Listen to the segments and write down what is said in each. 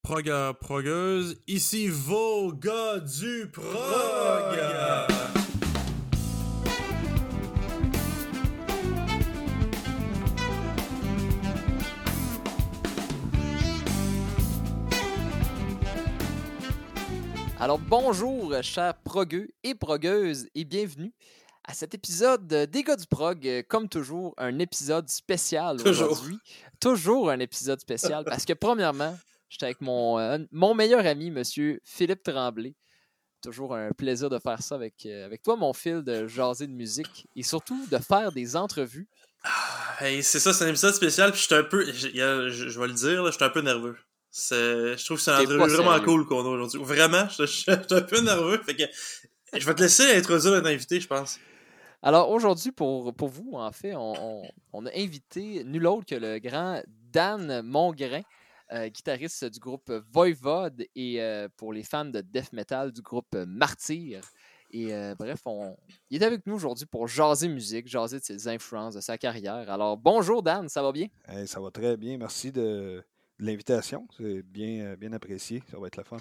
Progueuse, ici vos gars du prog! Alors bonjour chers progueux et progueuses et bienvenue à cet épisode des gars du prog. Comme toujours, un épisode spécial aujourd'hui. Toujours un épisode spécial parce que premièrement, j'étais avec mon meilleur ami, monsieur Philippe Tremblay. Toujours un plaisir de faire ça avec toi, mon Phil, de jaser de musique et surtout de faire des entrevues. Hey, c'est ça, c'est un épisode spécial, puis je vais le dire, là, je suis un peu nerveux. Je trouve que c'est une entrevue vraiment cool qu'on a aujourd'hui. Vraiment, je suis un peu nerveux, fait que je vais te laisser introduire notre invité, je pense. Alors aujourd'hui, pour vous, en fait, on a invité nul autre que le grand Dan Mongrain, guitariste du groupe Voivode et pour les fans de death metal du groupe Martyr. Et bref, il est avec nous aujourd'hui pour jaser musique, jaser de ses influences, de sa carrière. Alors bonjour Dan, ça va bien? Hey, ça va très bien, merci de l'invitation, c'est bien apprécié, ça va être le fun.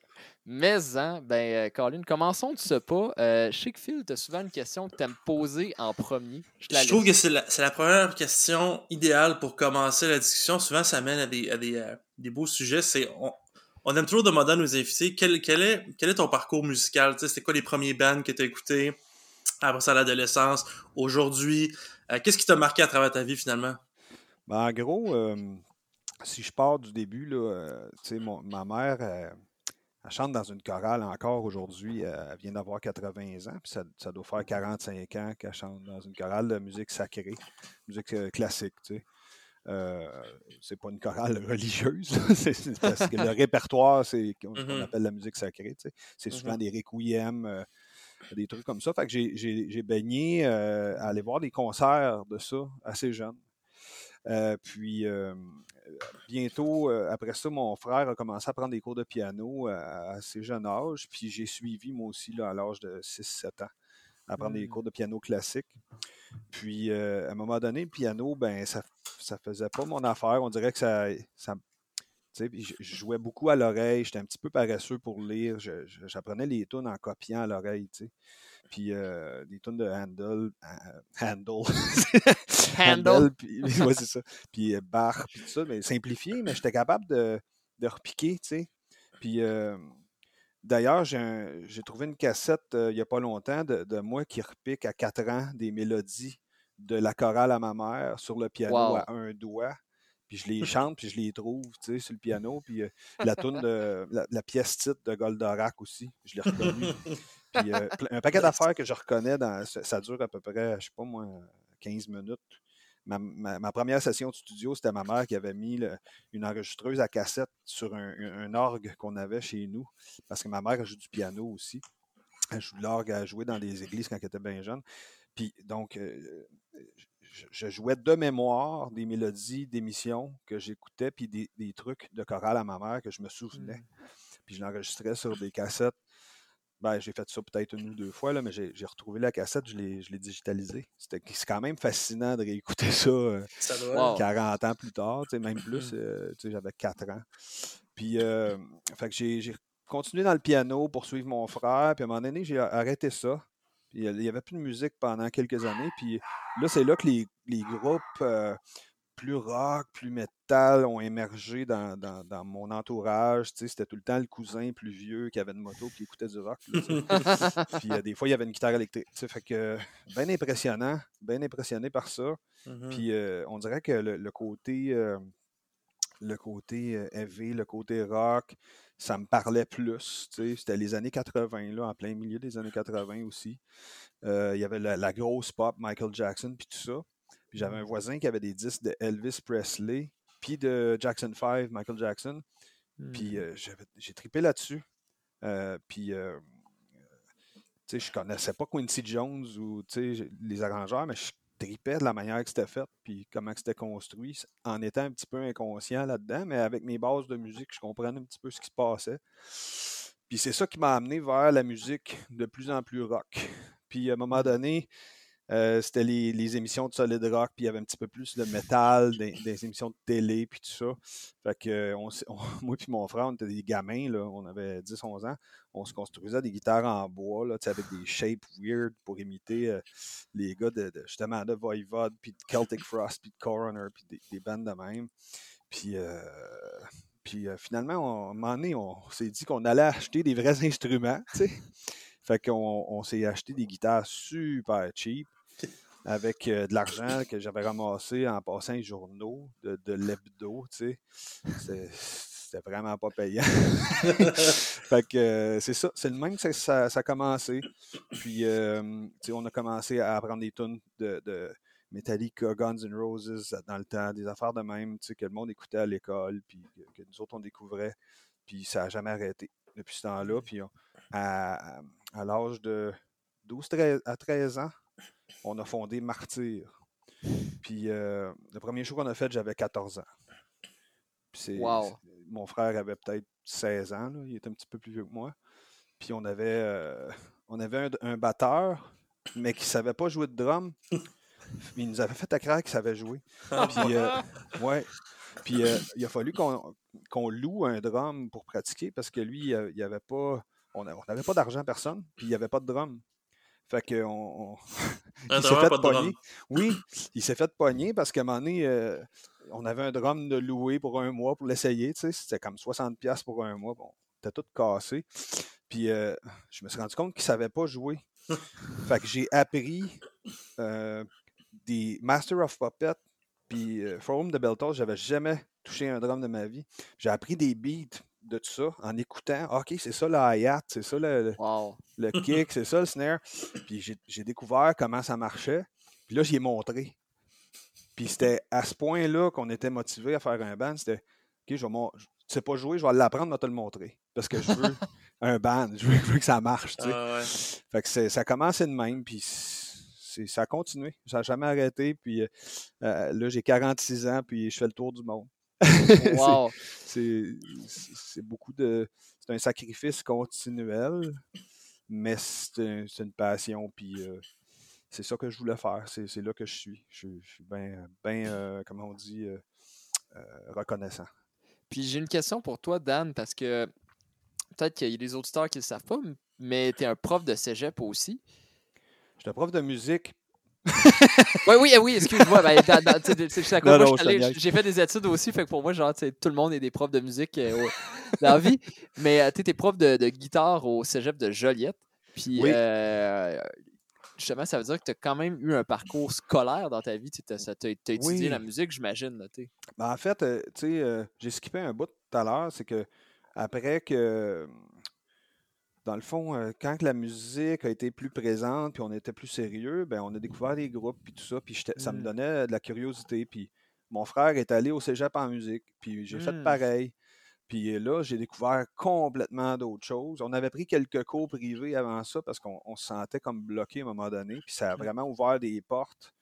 Mais, Colin, commençons de ce pas. Je sais que Phil, tu as souvent une question que tu aimes poser en premier. Je trouve que c'est la première question idéale pour commencer la discussion. Souvent, ça mène à des beaux sujets. On aime toujours demander à nos invités quel est ton parcours musical. Tu sais, c'était quoi les premiers bands que tu as écoutés après ça à l'adolescence, aujourd'hui? Qu'est-ce qui t'a marqué à travers ta vie finalement? Ben, en gros, si je pars du début, tu sais, ma mère, elle chante dans une chorale encore aujourd'hui. Elle vient d'avoir 80 ans, puis ça doit faire 45 ans qu'elle chante dans une chorale de musique sacrée, musique classique, tu sais. C'est pas une chorale religieuse, c'est parce que le répertoire, c'est ce qu'on appelle la musique sacrée, tu sais. C'est souvent des requiem, des trucs comme ça. Fait que j'ai baigné à aller voir des concerts de ça assez jeune. Puis bientôt, après ça, mon frère a commencé à prendre des cours de piano à assez jeune âge. Puis j'ai suivi moi aussi là, à l'âge de 6-7 ans à prendre des cours de piano classique. Puis à un moment donné, le piano, ben ça faisait pas mon affaire. On dirait que ça je jouais beaucoup à l'oreille, j'étais un petit peu paresseux pour lire. J'apprenais les tunes en copiant à l'oreille, tu sais. Puis des tunes de Handel. Handel. Puis, ouais, c'est ça. Puis Bach, puis tout ça, mais simplifié, mais j'étais capable de repiquer, tu sais. Puis d'ailleurs, j'ai trouvé une cassette il n'y a pas longtemps de moi qui repique à 4 ans des mélodies de la chorale à ma mère sur le piano à un doigt. Puis je les chante, puis je les trouve, tu sais, sur le piano. Puis la toune la pièce titre de Goldorak aussi, je l'ai reconnue. Puis un paquet d'affaires que je reconnais, ça dure à peu près, je sais pas moi, 15 minutes. Ma première session de studio, c'était ma mère qui avait mis une enregistreuse à cassette sur un orgue qu'on avait chez nous, parce que ma mère joue du piano aussi. Elle joue de l'orgue, elle jouait dans des églises quand elle était bien jeune. Puis donc, je jouais de mémoire des mélodies d'émissions que j'écoutais, puis des trucs de chorale à ma mère que je me souvenais. Puis je l'enregistrais sur des cassettes. Ben, j'ai fait ça peut-être 1 ou 2 fois, là, mais j'ai retrouvé la cassette, je l'ai digitalisée. C'est quand même fascinant de réécouter ça, 40 ans plus tard, même plus, j'avais 4 ans. Puis, fait que j'ai continué dans le piano pour suivre mon frère, puis à un moment donné, j'ai arrêté ça. Puis, il n'y avait plus de musique pendant quelques années, puis là, c'est là que les groupes plus rock, plus métal ont émergé dans mon entourage. C'était tout le temps le cousin plus vieux qui avait une moto qui écoutait du rock. Là, puis des fois, il y avait une guitare électrique. Fait que bien impressionnant, bien impressionné par ça. Puis on dirait que le côté heavy, le côté rock, ça me parlait plus. C'était les années 80, là, en plein milieu des années 80 aussi. Il y avait la grosse pop, Michael Jackson, puis tout ça. Puis j'avais un voisin qui avait des disques de Elvis Presley, puis de Jackson 5, Michael Jackson. Puis j'ai trippé là-dessus. Puis, je connaissais pas Quincy Jones ou les arrangeurs, mais je tripais de la manière que c'était fait, puis comment c'était construit, en étant un petit peu inconscient là-dedans, mais avec mes bases de musique, je comprenais un petit peu ce qui se passait. Puis c'est ça qui m'a amené vers la musique de plus en plus rock. Puis à un moment donné, C'était les émissions de solid rock, puis il y avait un petit peu plus de métal, des émissions de télé, puis tout ça. Fait que moi et mon frère, on était des gamins, là, on avait 10-11 ans. On se construisait des guitares en bois, là, avec des shapes weird pour imiter les gars justement de Voivod, puis de Celtic Frost, puis de Coroner, puis des bandes de même. Puis finalement, à un moment donné, on s'est dit qu'on allait acheter des vrais instruments, tu sais. Fait qu'on s'est acheté des guitares super cheap avec de l'argent que j'avais ramassé en passant les journaux de l'hebdo, tu sais. C'était vraiment pas payant. Fait que c'est ça, c'est le même que ça a commencé. Puis, on a commencé à apprendre des tunes de Metallica, Guns N' Roses dans le temps, des affaires de même, que le monde écoutait à l'école, puis que nous autres, on découvrait. Puis ça n'a jamais arrêté depuis ce temps-là. Puis à l'âge de 13 ans, on a fondé Martyr. Puis le premier show qu'on a fait, j'avais 14 ans. Puis mon frère avait peut-être 16 ans, là, il était un petit peu plus vieux que moi. Puis on avait un batteur, mais qui ne savait pas jouer de drum. Il nous avait fait à croire qu'il savait jouer. Puis, ouais. Puis il a fallu qu'on loue un drum pour pratiquer parce que lui, il y avait pas. On n'avait pas d'argent, personne, puis il n'y avait pas de drum. Fait que il s'est fait pogner. Oui, il s'est fait pogner parce qu'à un moment donné, on avait un drum de louer pour un mois pour l'essayer. Tu sais, c'était comme 60$ pour un mois. Bon, c'était tout cassé. Puis je me suis rendu compte qu'il ne savait pas jouer. Fait que j'ai appris des Master of Puppets puis Forum de Beltos. J'avais jamais touché un drum de ma vie. J'ai appris des beats de tout ça en écoutant. OK, c'est ça le hi-hat, c'est ça le kick, c'est ça le snare. Puis j'ai découvert comment ça marchait. Puis là, j'y ai montré. Puis c'était à ce point-là qu'on était motivé à faire un band. C'était OK, tu sais pas jouer, je vais l'apprendre, mais te le montrer. Parce que je veux un band, je veux que ça marche. Tu sais. Ouais. Fait que ça a commencé de même. Puis ça a continué. Ça n'a jamais arrêté. Puis là, j'ai 46 ans, puis je fais le tour du monde. Wow. C'est beaucoup de. C'est un sacrifice continuel, mais c'est une passion. Puis c'est ça que je voulais faire. C'est là que je suis. Je suis bien, comment on dit, reconnaissant. Puis j'ai une question pour toi, Dan, parce que peut-être qu'il y a des auditeurs qui ne le savent pas, mais tu es un prof de cégep aussi. Je suis un prof de musique. Oui, excuse-moi. Ben, j'ai fait des études aussi, fait que pour moi, genre, tout le monde est des profs de musique dans la vie. Mais tu es prof de guitare au cégep de Joliette. Puis, oui. Justement, ça veut dire que tu as quand même eu un parcours scolaire dans ta vie. Tu as étudié la musique, j'imagine. Ben, en fait, j'ai skippé un bout tout à l'heure. C'est que après que. Dans le fond, quand la musique a été plus présente, puis on était plus sérieux, ben on a découvert des groupes, puis tout ça, puis ça me donnait de la curiosité. Puis mon frère est allé au cégep en musique, puis j'ai fait pareil. Puis là, j'ai découvert complètement d'autres choses. On avait pris quelques cours privés avant ça parce qu'on se sentait comme bloqué à un moment donné, puis ça a vraiment ouvert des portes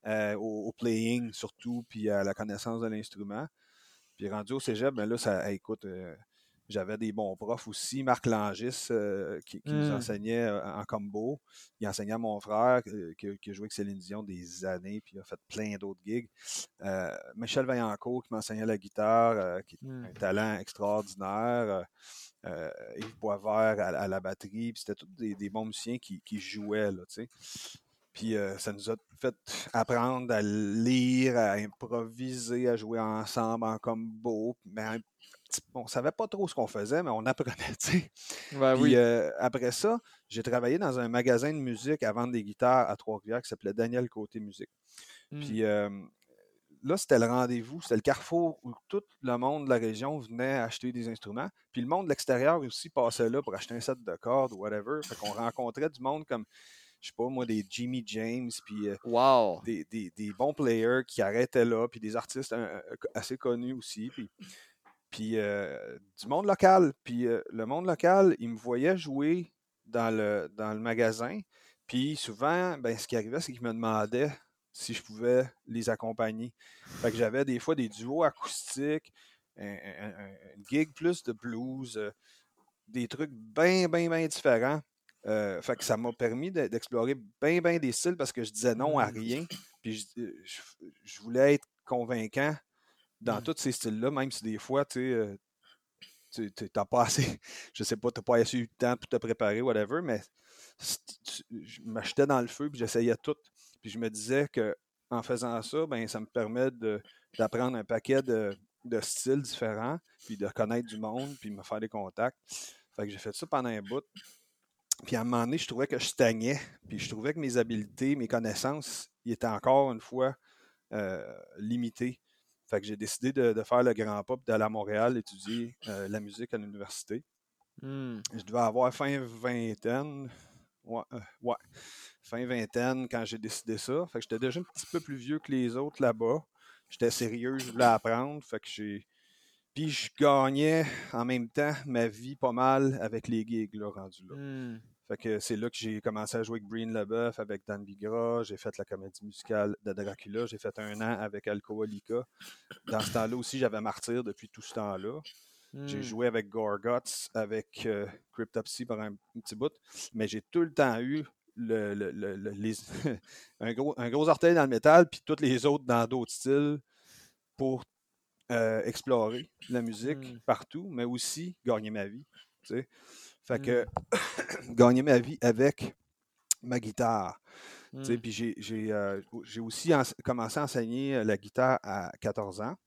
au playing surtout, puis à la connaissance de l'instrument. Puis rendu au cégep, ben là, écoute... J'avais des bons profs aussi. Marc Langis, qui nous enseignait en combo. Il enseignait à mon frère, qui a joué avec Céline Dion des années, puis il a fait plein d'autres gigs. Michel Vaillancourt, qui m'enseignait la guitare, qui est un talent extraordinaire. Yves Boisvert à la batterie. Puis c'était tous des bons musiciens qui jouaient, là, tu sais. Puis ça nous a fait apprendre à lire, à improviser, à jouer ensemble en combo. Mais on ne savait pas trop ce qu'on faisait, mais on apprenait, tu sais. Puis après ça, j'ai travaillé dans un magasin de musique à vendre des guitares à Trois-Rivières qui s'appelait Daniel Côté Musique. Puis là, c'était le rendez-vous, c'était le carrefour où tout le monde de la région venait acheter des instruments. Puis le monde de l'extérieur aussi passait là pour acheter un set de cordes ou whatever. Fait qu'on rencontrait du monde comme, je sais pas moi, des Jimmy James, puis des bons players qui arrêtaient là, puis des artistes assez connus aussi. Puis du monde local. Puis le monde local, il me voyait jouer dans le magasin. Puis souvent, ben, ce qui arrivait, c'est qu'ils me demandaient si je pouvais les accompagner. Fait que j'avais des fois des duos acoustiques, un gig plus de blues, des trucs bien différents. Fait que ça m'a permis d'explorer bien des styles parce que je disais non à rien. Puis je voulais être convaincant dans tous ces styles-là, même si des fois, tu n'as pas assez, je sais pas, tu n'as pas assez eu de temps pour te préparer, whatever, mais je m'achetais dans le feu puis j'essayais tout. Puis je me disais que en faisant ça, ben, ça me permet d'apprendre un paquet de styles différents, puis de connaître du monde, puis de me faire des contacts. Fait que j'ai fait ça pendant un bout. Puis à un moment donné, je trouvais que je stagnais. Puis je trouvais que mes habiletés, mes connaissances, ils étaient encore une fois limitées. Fait que j'ai décidé de faire le grand pas, d'aller à Montréal étudier la musique à l'université. Je devais avoir fin vingtaine. Ouais. Fin vingtaine quand j'ai décidé ça. Fait que j'étais déjà un petit peu plus vieux que les autres là-bas. J'étais sérieux, je voulais apprendre. Fait que Puis je gagnais en même temps ma vie pas mal avec les gigs là, rendus là. Fait que c'est là que j'ai commencé à jouer avec Breen Leboeuf, avec Dan Bigra. J'ai fait la comédie musicale de Dracula. J'ai fait 1 an avec Alcoholica. Dans ce temps-là aussi, j'avais Martyr depuis tout ce temps-là. J'ai joué avec Gorguts, avec Cryptopsy par un petit bout. Mais j'ai tout le temps eu un gros orteil dans le métal, puis tous les autres dans d'autres styles pour explorer la musique partout, mais aussi gagner ma vie. Tu sais. Fait que gagner ma vie avec ma guitare. Tu sais, puis j'ai aussi commencé à enseigner la guitare à 14 ans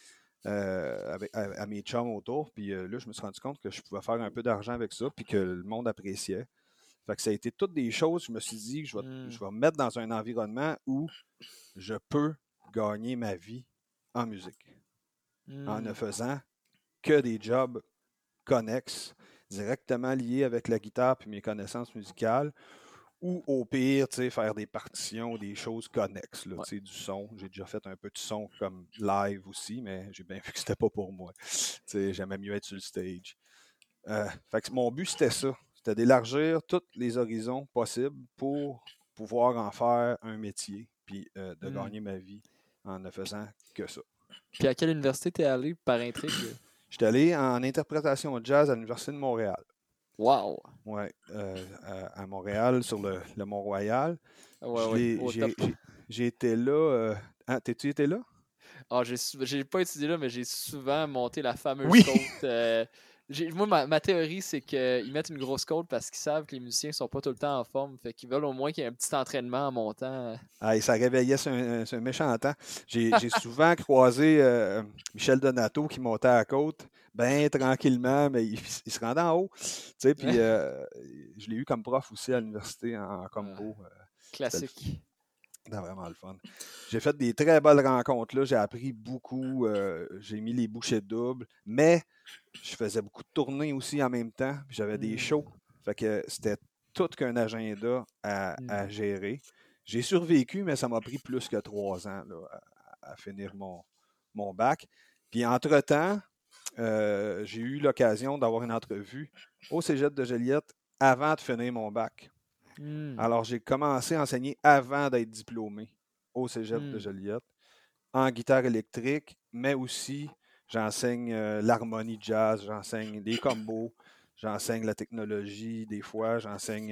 à mes chums autour. Puis là, je me suis rendu compte que je pouvais faire un peu d'argent avec ça, puis que le monde appréciait. Fait que ça a été toutes des choses, je me suis dit que je vais me mettre dans un environnement où je peux gagner ma vie en musique. En ne faisant que des jobs connexes, directement liés avec la guitare puis mes connaissances musicales, ou au pire, faire des partitions, des choses connexes, là, du son. J'ai déjà fait un peu de son comme live aussi, mais j'ai bien vu que c'était pas pour moi. J'aimais mieux être sur le stage. Fait que mon but, c'était ça. C'était d'élargir tous les horizons possibles pour pouvoir en faire un métier, puis de gagner ma vie en ne faisant que ça. Puis à quelle université t'es allé par intrigue? J'étais allé en interprétation jazz à l'Université de Montréal. Wow! Oui, à Montréal, sur le Mont-Royal. J'ai été là. T'es-tu été là? Ah, j'ai pas étudié là, mais j'ai souvent monté la fameuse Oui. côte. Moi, ma théorie, c'est qu'ils mettent une grosse côte parce qu'ils savent que les musiciens sont pas tout le temps en forme. Fait qu'ils veulent au moins qu'il y ait un petit entraînement en montant. Ah, ça réveillait sur un méchant temps. J'ai souvent croisé Michel Donato qui montait à la côte, bien tranquillement, mais il se rendait en haut. Puis je l'ai eu comme prof aussi à l'université en compo. Classique. C'était vraiment le fun. J'ai fait des très belles rencontres là. J'ai appris beaucoup. J'ai mis les bouchées doubles, mais je faisais beaucoup de tournées aussi en même temps. J'avais des shows. Fait que c'était tout qu'un agenda à gérer. J'ai survécu, mais ça m'a pris plus que 3 ans là, à finir mon bac. Puis entre-temps, j'ai eu l'occasion d'avoir une entrevue au Cégep de Joliette avant de finir mon bac. Alors, j'ai commencé à enseigner avant d'être diplômé au Cégep de Joliette en guitare électrique, mais aussi j'enseigne l'harmonie jazz, j'enseigne des combos, j'enseigne la technologie des fois, j'enseigne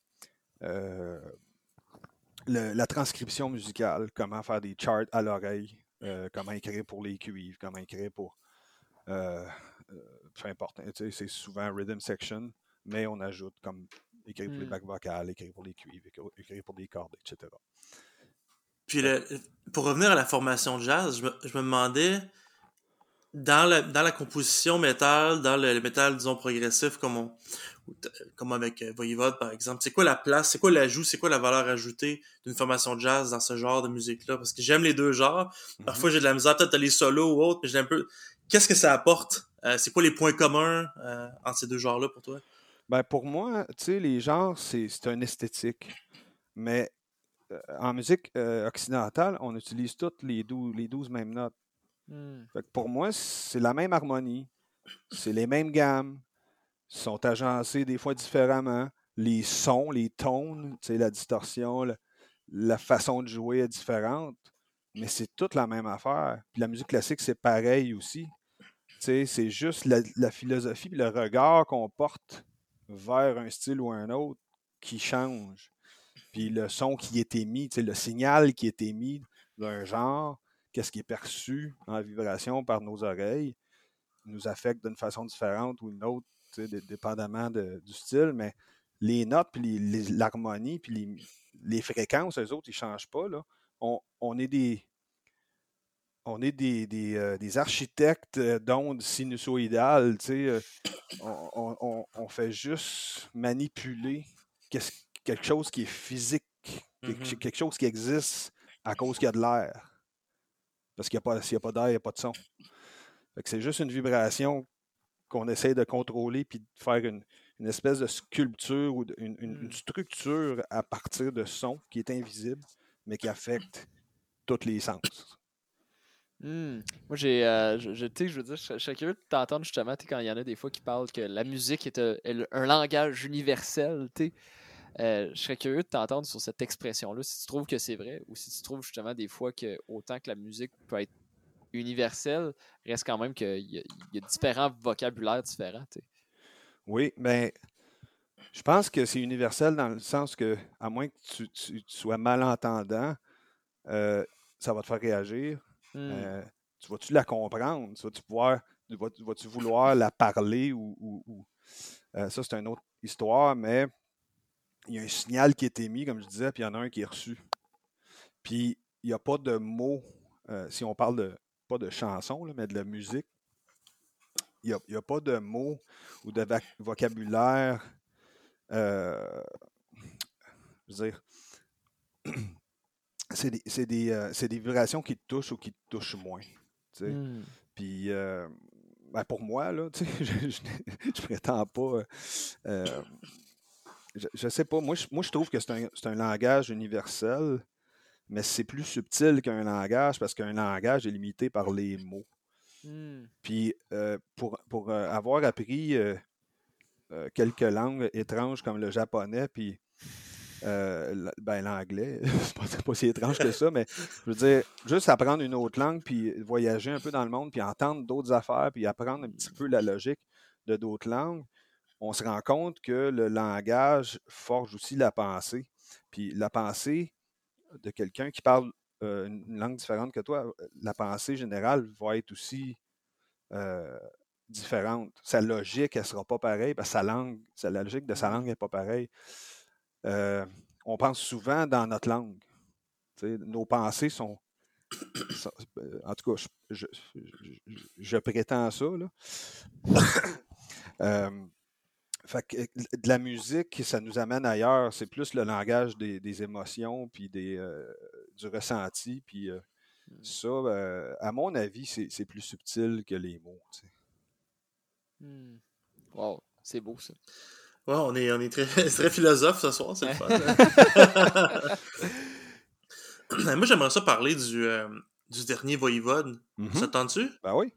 la transcription musicale, comment faire des charts à l'oreille, comment écrire pour les cuivres, comment écrire pour peu importe, c'est souvent rhythm section, mais on ajoute comme écrire pour les bacs vocales, écrire pour les cuivres, écrire pour des cordes, etc. Puis pour revenir à la formation de jazz, je me demandais, dans la composition métal, dans le métal, disons, progressif, comme avec Voivode, par exemple, c'est quoi la place, c'est quoi l'ajout, c'est quoi la valeur ajoutée d'une formation de jazz dans ce genre de musique-là? Parce que j'aime les deux genres. Parfois, j'ai de la misère peut-être à les solos ou autres, mais j'ai un peu... Qu'est-ce que ça apporte? C'est quoi les points communs entre ces deux genres-là pour toi? Ben pour moi, tu sais, les genres, c'est un esthétique. Mais en musique occidentale, on utilise toutes les 12 mêmes notes. Fait que pour moi, c'est la même harmonie, c'est les mêmes gammes, sont agencés des fois différemment. Les sons, les tones, la distorsion, la façon de jouer est différente, mais c'est toute la même affaire. Puis la musique classique, c'est pareil aussi. C'est juste la philosophie et le regard qu'on porte vers un style ou un autre qui change. Puis le son qui est émis, le signal qui est émis d'un genre, qu'est-ce qui est perçu en vibration par nos oreilles, nous affecte d'une façon différente ou une autre, dépendamment du style, mais les notes, puis l'harmonie, puis les fréquences, eux autres, ils ne changent pas. Là. On est des architectes d'ondes sinusoïdales. On fait juste manipuler quelque chose qui est physique, quelque chose qui existe à cause qu'il y a de l'air. Parce s'il n'y a pas d'air, il n'y a pas de son. Fait que c'est juste une vibration qu'on essaie de contrôler puis de faire une espèce de sculpture ou une structure à partir de son qui est invisible, mais qui affecte tous les sens. Moi, je veux dire, je serais curieux de t'entendre justement quand il y en a des fois qui parlent que la musique est un langage universel. Je serais curieux de t'entendre sur cette expression-là, si tu trouves que c'est vrai ou si tu trouves justement des fois que autant que la musique peut être universelle, reste quand même qu'il y a différents vocabulaires différents. T'sais. Oui, mais je pense que c'est universel dans le sens que, à moins que tu sois malentendant, ça va te faire réagir. Tu vas-tu la comprendre? Vas-tu vouloir la parler ou ça, c'est une autre histoire, mais il y a un signal qui est émis, comme je disais, puis il y en a un qui est reçu. Puis il n'y a pas de mots, si on parle pas de chansons, là, mais de la musique, il n'y a pas de mots ou de vocabulaire, je veux dire, c'est des vibrations qui te touchent ou qui te touchent moins. Puis, pour moi, là, je prétends pas. Je sais pas. Moi, je trouve que c'est un langage universel, mais c'est plus subtil qu'un langage parce qu'un langage est limité par les mots. Puis, pour avoir appris quelques langues étranges comme le japonais, puis l'anglais, c'est pas si étrange que ça, mais je veux dire, juste apprendre une autre langue, puis voyager un peu dans le monde, puis entendre d'autres affaires, puis apprendre un petit peu la logique de d'autres langues, on se rend compte que le langage forge aussi la pensée. Puis la pensée de quelqu'un qui parle une langue différente que toi, la pensée générale va être aussi différente. Sa logique, elle ne sera pas pareille, parce que la logique de sa langue n'est pas pareille. On pense souvent dans notre langue. Nos pensées sont en tout cas, je prétends ça. Là. Fait que de la musique, ça nous amène ailleurs. C'est plus le langage des émotions, puis du ressenti. Puis ça, à mon avis, c'est plus subtil que les mots. Wow, c'est beau ça. Ouais, on est très philosophe ce soir, c'est le fun. Moi, j'aimerais ça parler du dernier Voivode. Ça te tente-tu? Ben oui.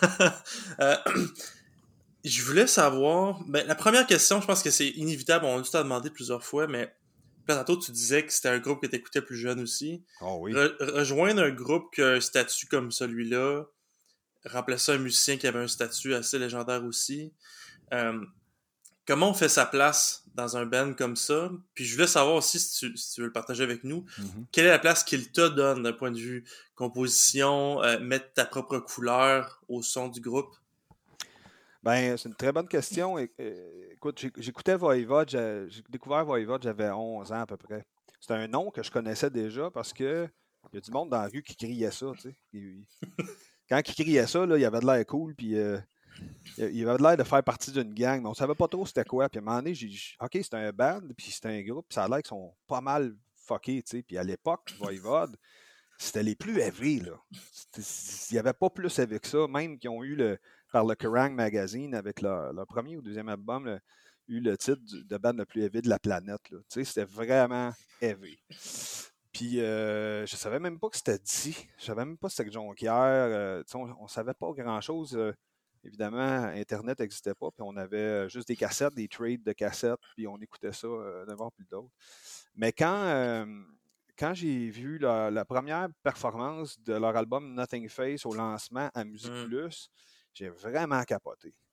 Je voulais savoir... la première question, je pense que c'est inévitable, on a dû t'en demander plusieurs fois, mais tantôt, tu disais que c'était un groupe que tu écoutais plus jeune aussi. Oh oui. Rejoindre un groupe qui a un statut comme celui-là, remplacer un musicien qui avait un statut assez légendaire aussi. Comment on fait sa place dans un band comme ça? Puis je voulais savoir aussi, si tu veux le partager avec nous, quelle est la place qu'il te donne d'un point de vue composition, mettre ta propre couleur au son du groupe? Ben, c'est une très bonne question. Écoute, j'écoutais Voivode, j'ai découvert Voivode, j'avais 11 ans à peu près. C'est un nom que je connaissais déjà parce que il y a du monde dans la rue qui criait ça, tu sais. Quand il criait ça, là, il avait de l'air cool, puis il avait de l'air de faire partie d'une gang, mais on savait pas trop c'était quoi. Puis à un moment donné, j'ai dit, OK, c'est un band, puis c'est un groupe, puis ça a l'air qu'ils sont pas mal fuckés, tu sais. Puis à l'époque, Voivode, c'était les plus heavy, là. Il n'y avait pas plus heavy que ça, même qu'ils ont eu par le Kerrang Magazine, avec leur premier ou deuxième album, eu le titre de band le plus heavy de la planète. Tu sais, c'était vraiment heavy. Puis, je savais même pas que c'était dit. Je savais même pas que c'était Jonquière. On savait pas grand-chose. Évidemment, Internet n'existait pas. Puis, on avait juste des cassettes, des trades de cassettes. Puis, on écoutait ça d'un bord puis de l'autre. Mais quand j'ai vu la première performance de leur album Nothing Face au lancement à Musique Plus, j'ai vraiment capoté.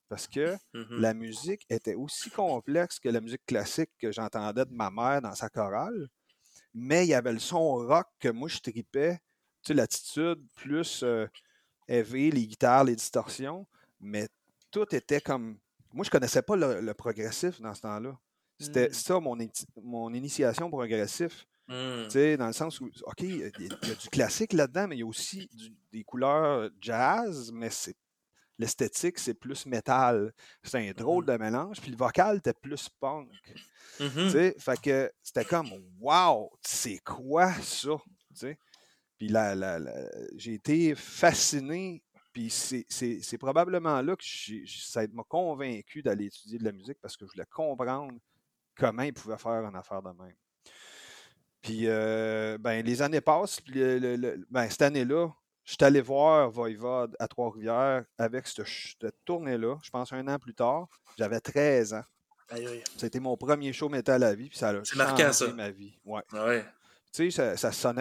parce que la musique était aussi complexe que la musique classique que j'entendais de ma mère dans sa chorale, mais il y avait le son rock que moi je tripais, tu sais, l'attitude plus heavy, les guitares, les distorsions, mais tout était comme... Moi, je connaissais pas le progressif dans ce temps-là. C'était ça, mon initiation progressif. Tu sais, dans le sens où, OK, il y a du classique là-dedans, mais il y a aussi des couleurs jazz, mais l'esthétique, c'est plus métal. C'est un drôle de mélange. Puis le vocal était plus punk. Tu sais, fait que c'était comme, wow, c'est quoi ça? Tu sais? Puis j'ai été fasciné. Puis c'est probablement là que ça m'a convaincu d'aller étudier de la musique parce que je voulais comprendre comment ils pouvaient faire une affaire de même. Puis, les années passent. Puis cette année-là, je suis allé voir Voivode à Trois-Rivières avec cette tournée-là. Je pense 1 an plus tard. J'avais 13 ans. Aïe. C'était mon premier show métal à la vie. Puis ça a changé ma vie. Ouais. Tu sais,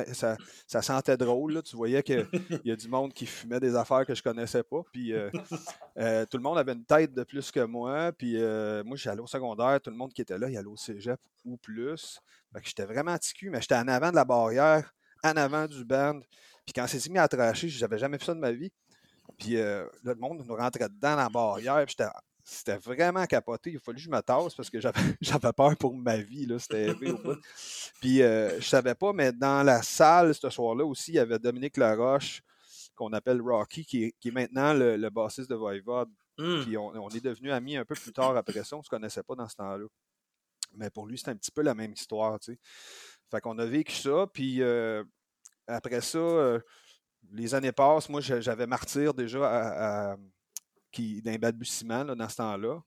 ça sentait drôle. Là. Tu voyais qu'il y a du monde qui fumait des affaires que je connaissais pas. Puis tout le monde avait une tête de plus que moi. Puis moi, j'allais au secondaire. Tout le monde qui était là, il allait au cégep ou plus. Fait que j'étais vraiment ticu, mais j'étais en avant de la barrière, en avant du band. Puis quand c'est mis à tracher, j'avais jamais fait ça de ma vie. Puis là, le monde nous rentrait dedans dans la barrière. Puis c'était vraiment capoté. Il a fallu que je me tasse parce que j'avais peur pour ma vie. Là. C'était élevé au bout. Puis je savais pas, mais dans la salle ce soir-là aussi, il y avait Dominique Laroche, qu'on appelle Rocky, qui est maintenant le bassiste de Voivode. Puis on est devenus amis un peu plus tard après ça. On se connaissait pas dans ce temps-là. Mais pour lui, c'est un petit peu la même histoire. Tu sais. Fait qu'on a vécu ça. Puis après ça, les années passent. Moi, j'avais Martyr déjà d'un balbutiement là, dans ce temps-là.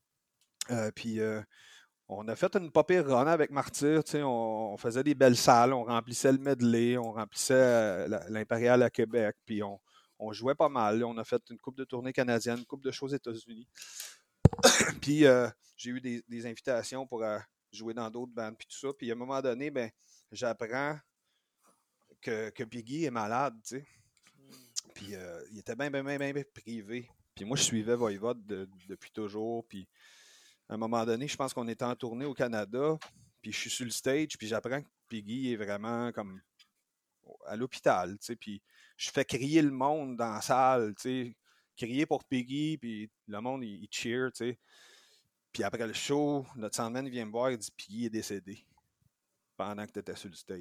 Puis on a fait une pas pire run avec Martyr. On faisait des belles salles, on remplissait le medley, on remplissait l'Impérial à Québec, puis on jouait pas mal. On a fait une couple de tournées canadiennes, une couple de shows aux États-Unis. Puis j'ai eu des invitations pour jouer dans d'autres bandes, puis tout ça. Puis à un moment donné, j'apprends que Piggy est malade, tu sais. Puis il était bien privé. Puis moi, je suivais Voivode depuis toujours, puis à un moment donné, je pense qu'on était en tournée au Canada, puis je suis sur le stage, puis j'apprends que Piggy est vraiment comme à l'hôpital, tu sais, puis je fais crier le monde dans la salle, tu sais, crier pour Piggy, puis le monde, il cheer, tu sais. Puis après le show, notre soundman vient me voir, il dit « Piggy est décédé pendant que tu étais sur le stage. »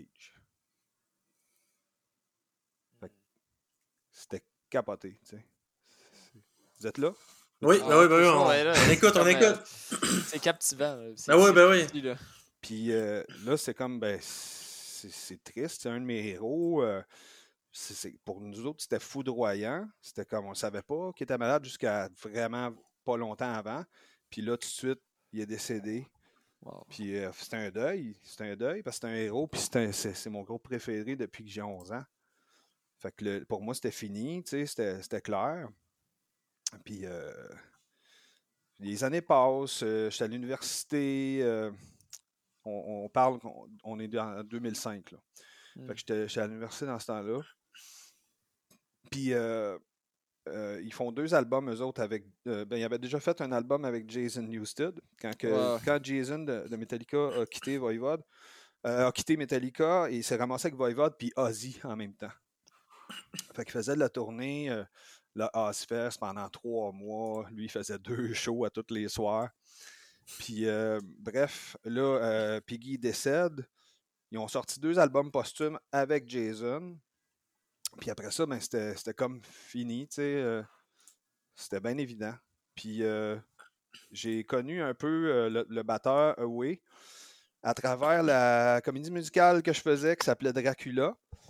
C'était capoté, tu sais. Vous êtes là? Oui, on écoute. C'est captivant. Oui. Là. Puis là, c'est comme, c'est triste. C'est un de mes héros. Pour nous autres, c'était foudroyant. C'était comme, on ne savait pas qu'il était malade jusqu'à vraiment pas longtemps avant. Puis là, tout de suite, il est décédé. Wow. Puis c'était un deuil. Parce que c'est un héros. Puis c'est mon groupe préféré depuis que j'ai 11 ans. Fait que pour moi, c'était fini. Tu sais, c'était clair. Puis les années passent, je suis à l'université, on parle, on est en 2005. Là. Fait que j'étais à l'université dans ce temps-là. Puis ils font 2 albums, eux autres, avec... ils avaient déjà fait un album avec Jason Newsted. Quand Jason de Metallica a quitté Voivode, a quitté Metallica, il s'est ramassé avec Voivode puis Ozzy en même temps. Fait qu'il faisait de la tournée... le Ozfest pendant 3 mois. Lui, il faisait 2 shows à tous les soirs. Puis, bref, là, Piggy décède. Ils ont sorti 2 albums posthumes avec Jason. Puis après ça, c'était comme fini, tu sais. C'était bien évident. Puis, j'ai connu un peu le batteur Away à travers la comédie musicale que je faisais qui s'appelait Dracula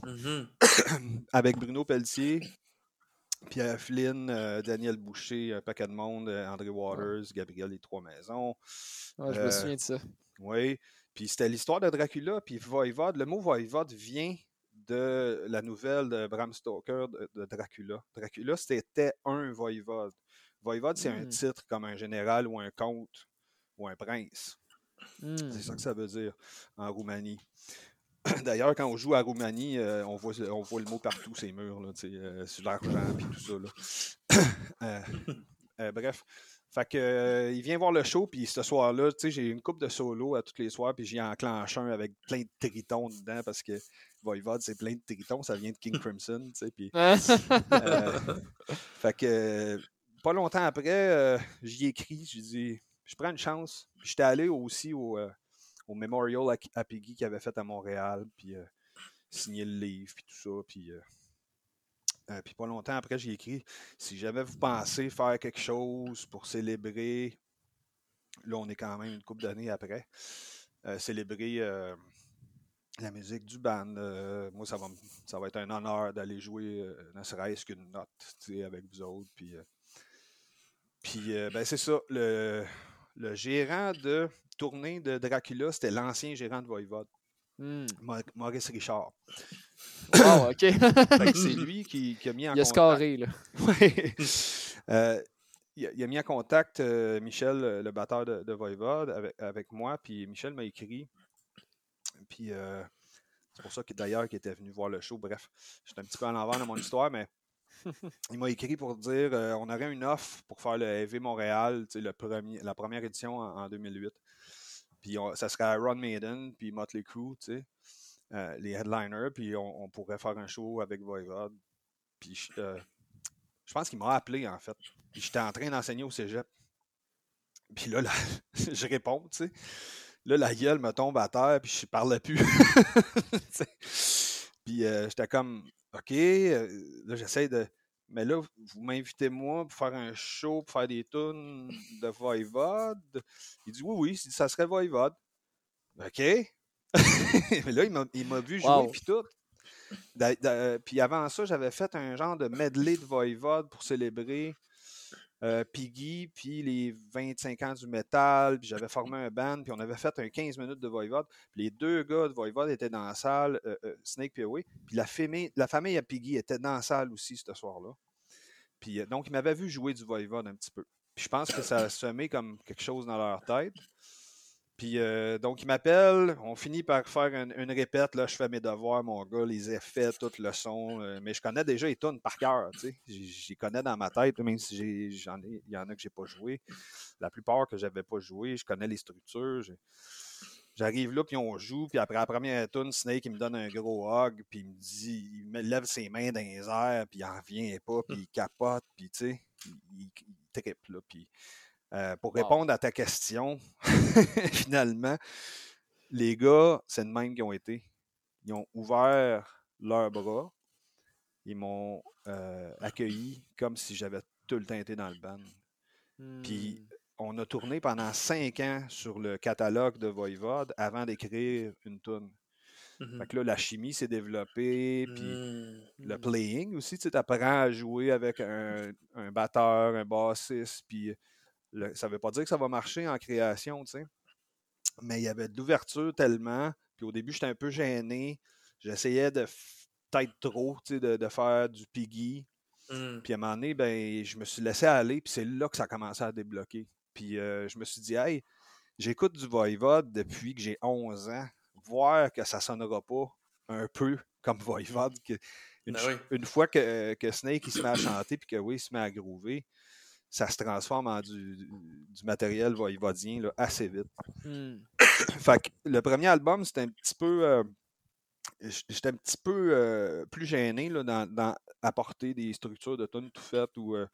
avec Bruno Pelletier. Pierre Flynn, Daniel Boucher, un paquet de monde, André Waters, Gabriel Les Trois Maisons. Je me souviens de ça. Oui. Puis c'était l'histoire de Dracula. Puis Voivode, le mot Voivode vient de la nouvelle de Bram Stoker de Dracula. Dracula, c'était un Voivode. Voivode, c'est un titre comme un général ou un comte ou un prince. C'est ça que ça veut dire en Roumanie. D'ailleurs, quand on joue à Roumanie, on voit le mot partout, ces murs, là, sur l'argent et tout ça. Là. Bref. Fait que, il vient voir le show, puis ce soir-là, tu sais, j'ai une couple de solos à tous les soirs, puis j'y enclenche un avec plein de tritons dedans, parce que Voivode, c'est plein de tritons, ça vient de King Crimson, tu sais, puis... fait que, pas longtemps après, j'y écris, j'ai dit, je prends une chance. Puis j'étais allé aussi au Memorial à Piggy qu'il avait fait à Montréal, puis signer le livre, puis tout ça, puis pas longtemps après, j'ai écrit, si jamais vous pensez faire quelque chose pour célébrer, là on est quand même une couple d'années après, célébrer la musique du band, moi ça va être un honneur d'aller jouer, ne serait-ce qu'une note, tu sais, avec vous autres, puis ben c'est ça, le gérant de tournée de Dracula, c'était l'ancien gérant de Voivode, Maurice Richard. Wow, OK. C'est lui qui a mis en contact. Il a scoré, là. Il a mis en contact Michel, le batteur de Voivode, avec moi, puis Michel m'a écrit. Puis c'est pour ça que d'ailleurs qu'il était venu voir le show. Bref, j'étais un petit peu à l'envers dans mon histoire, mais il m'a écrit pour dire on aurait une offre pour faire le EV Montréal, la première édition en 2008. Puis ça serait Iron Maiden, puis Motley Crue, tu sais. Les headliners, puis on pourrait faire un show avec Voivode. Puis je pense qu'il m'a appelé, en fait. Puis j'étais en train d'enseigner au cégep. Puis là, je réponds, tu sais. Là, la gueule me tombe à terre, puis je parlais plus. Puis j'étais comme, OK, là, j'essaie de... Mais là, vous m'invitez moi pour faire un show, pour faire des tunes de Voivode. Il dit, oui, ça serait Voivode. OK. Mais là, il m'a vu jouer, puis tout. Puis avant ça, j'avais fait un genre de medley de Voivode pour célébrer Piggy, puis les 25 ans du métal, puis j'avais formé un band, puis on avait fait un 15 minutes de Voivode. Puis les deux gars de Voivode étaient dans la salle, Snake et Away, puis la famille à Piggy était dans la salle aussi ce soir-là. Puis donc, ils m'avaient vu jouer du Voivode un petit peu. Puis je pense que ça a semé comme quelque chose dans leur tête. Puis donc, ils m'appellent, on finit par faire une répète, là, je fais mes devoirs, mon gars, les effets, tout le son, mais je connais déjà les tunes par cœur, tu sais, j'y connais dans ma tête, même si il y en a que j'ai pas joué, la plupart que j'avais pas joué, je connais les structures, j'arrive là, puis on joue, puis après la première tune, Snake, il me donne un gros hug, puis il me dit, il me lève ses mains dans les airs, puis il en revient pas, puis il capote, puis tu sais, il trippe, là, puis... pour répondre à ta question, finalement, les gars, c'est de même qu'ils ont été. Ils ont ouvert leurs bras. Ils m'ont accueilli comme si j'avais tout le temps été dans le band. Puis, on a tourné pendant 5 ans sur le catalogue de Voivode avant d'écrire une tune. Fait que là, la chimie s'est développée, puis le playing aussi, tu apprends à jouer avec un batteur, un bassiste, puis... ça ne veut pas dire que ça va marcher en création, tu sais. Mais il y avait de l'ouverture tellement. Puis au début, j'étais un peu gêné. J'essayais de peut-être trop, tu sais, de faire du piggy. Puis à un moment donné, ben, je me suis laissé aller. Puis c'est là que ça a commencé à débloquer. Puis je me suis dit, hey, j'écoute du Voivode depuis que j'ai 11 ans. Voir que ça ne sonnera pas un peu comme Voivode. Une fois que Snake il se met à chanter puis que il se met à groover, ça se transforme en du matériel voivodien là, assez vite. Fait que le premier album, c'était un petit peu... j'étais un petit peu plus gêné là, dans apporter des structures de tunes tout faites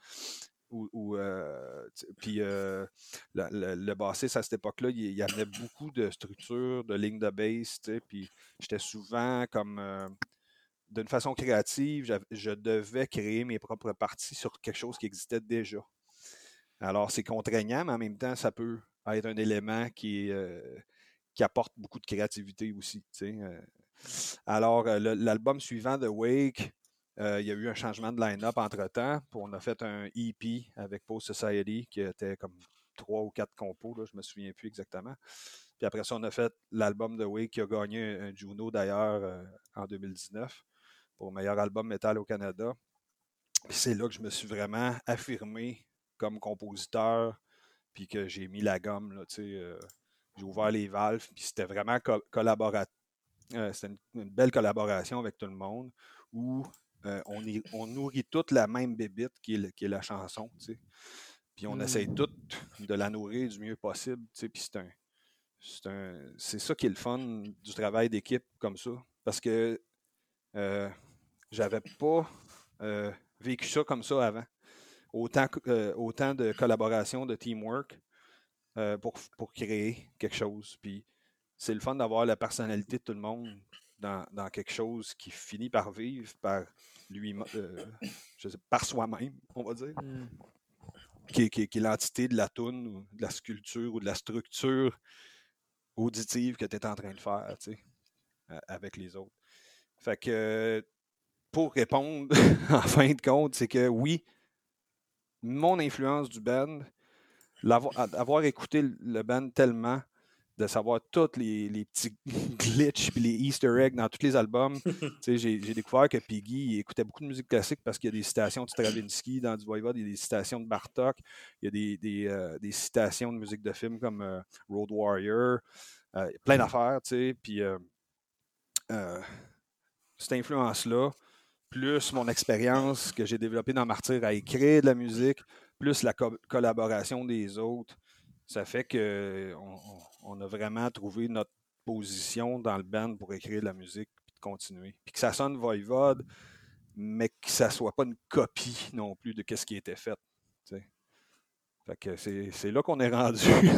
puis le bassiste à cette époque-là, il y avait beaucoup de structures, de lignes de bass, puis j'étais souvent comme... d'une façon créative, je devais créer mes propres parties sur quelque chose qui existait déjà. Alors, c'est contraignant, mais en même temps, ça peut être un élément qui apporte beaucoup de créativité aussi. Alors, l'album suivant, The Wake, il y a eu un changement de line-up entre-temps. On a fait un EP avec Post Society qui était comme 3 ou 4 compos, là, je ne me souviens plus exactement. Puis après ça, on a fait l'album The Wake qui a gagné un Juno d'ailleurs en 2019 pour meilleur album métal au Canada. Puis c'est là que je me suis vraiment affirmé comme compositeur, puis que j'ai mis la gomme, là, j'ai ouvert les valves, puis c'était vraiment collaboratif. C'était une belle collaboration avec tout le monde, où on nourrit toute la même bébite qui est la chanson, Puis on essaye tout de la nourrir du mieux possible. Puis c'est ça qui est le fun du travail d'équipe comme ça. Parce que j'avais pas vécu ça comme ça avant. Autant de collaboration, de teamwork pour créer quelque chose. Puis c'est le fun d'avoir la personnalité de tout le monde dans quelque chose qui finit par vivre par par soi-même, on va dire. Qui est l'entité de la toune ou de la sculpture ou de la structure auditive que tu es en train de faire, avec les autres. Fait que pour répondre, en fin de compte, c'est que oui, mon influence du band, avoir écouté le band tellement, de savoir tous les petits glitches et les Easter eggs dans tous les albums. J'ai découvert que Piggy écoutait beaucoup de musique classique parce qu'il y a des citations de Stravinsky dans du Voivode, il y a des citations de Bartók, il y a des citations de musique de film comme Road Warrior, plein d'affaires, puis cette influence-là, plus mon expérience que j'ai développée dans Martyr à écrire de la musique, plus la collaboration des autres, ça fait qu'on a vraiment trouvé notre position dans le band pour écrire de la musique et de continuer. Puis que ça sonne Voivode, mais que ça ne soit pas une copie non plus de ce qui était fait. T'sais. Fait que c'est là qu'on est rendu.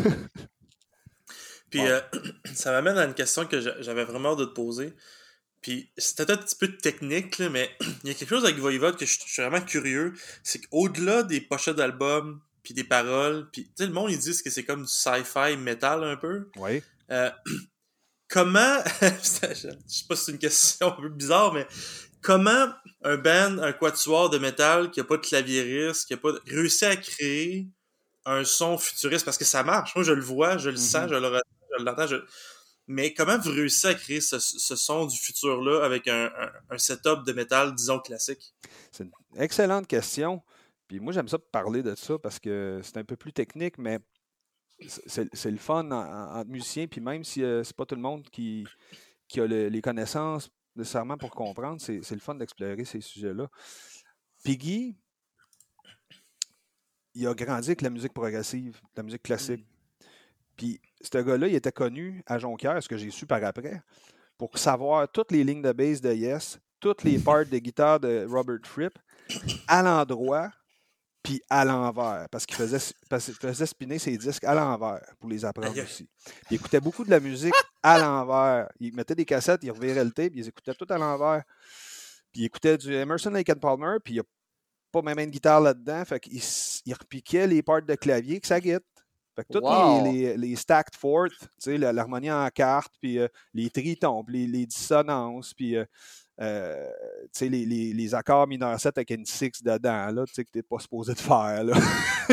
Puis ça m'amène à une question que j'avais vraiment hâte de te poser. Puis c'était peut-être un petit peu technique, là, mais il y a quelque chose avec Voivode que je suis vraiment curieux. C'est qu'au-delà des pochettes d'albums, puis des paroles, puis tu sais, le monde, ils disent que c'est comme du sci-fi metal un peu. Oui. Comment, je sais pas si c'est une question un peu bizarre, mais comment un band, un quatuor de métal qui a pas de claviériste, qui a pas réussi à créer un son futuriste, parce que ça marche. Moi, je le vois, je le sens, je le ressens, je l'entends, mais comment vous réussissez à créer ce son du futur-là avec un setup de métal, disons, classique? C'est une excellente question. Puis moi, j'aime ça parler de ça parce que c'est un peu plus technique, mais c'est le fun entre musiciens. Puis même si c'est pas tout le monde qui a les connaissances nécessairement pour comprendre, c'est le fun d'explorer ces sujets-là. Piggy, il a grandi avec la musique progressive, la musique classique. Puis ce gars-là, il était connu à Jonquière, ce que j'ai su par après, pour savoir toutes les lignes de bass de Yes, toutes les parts de guitare de Robert Fripp, à l'endroit puis à l'envers, parce qu'il faisait spinner ses disques à l'envers pour les apprendre aussi. Puis il écoutait beaucoup de la musique à l'envers. Il mettait des cassettes, il revirait le tape, puis il écoutait tout à l'envers. Puis il écoutait du Emerson, Lake and Palmer, puis il n'y a pas même une guitare là-dedans, fait qu'il repiquait les parts de clavier que ça guette. Fait que tous les stacked fourths, l'harmonie en quarte, puis les tritons, les dissonances, puis les accords mineurs 7 avec une 6 dedans, là, que tu n'es pas supposé de faire. Là.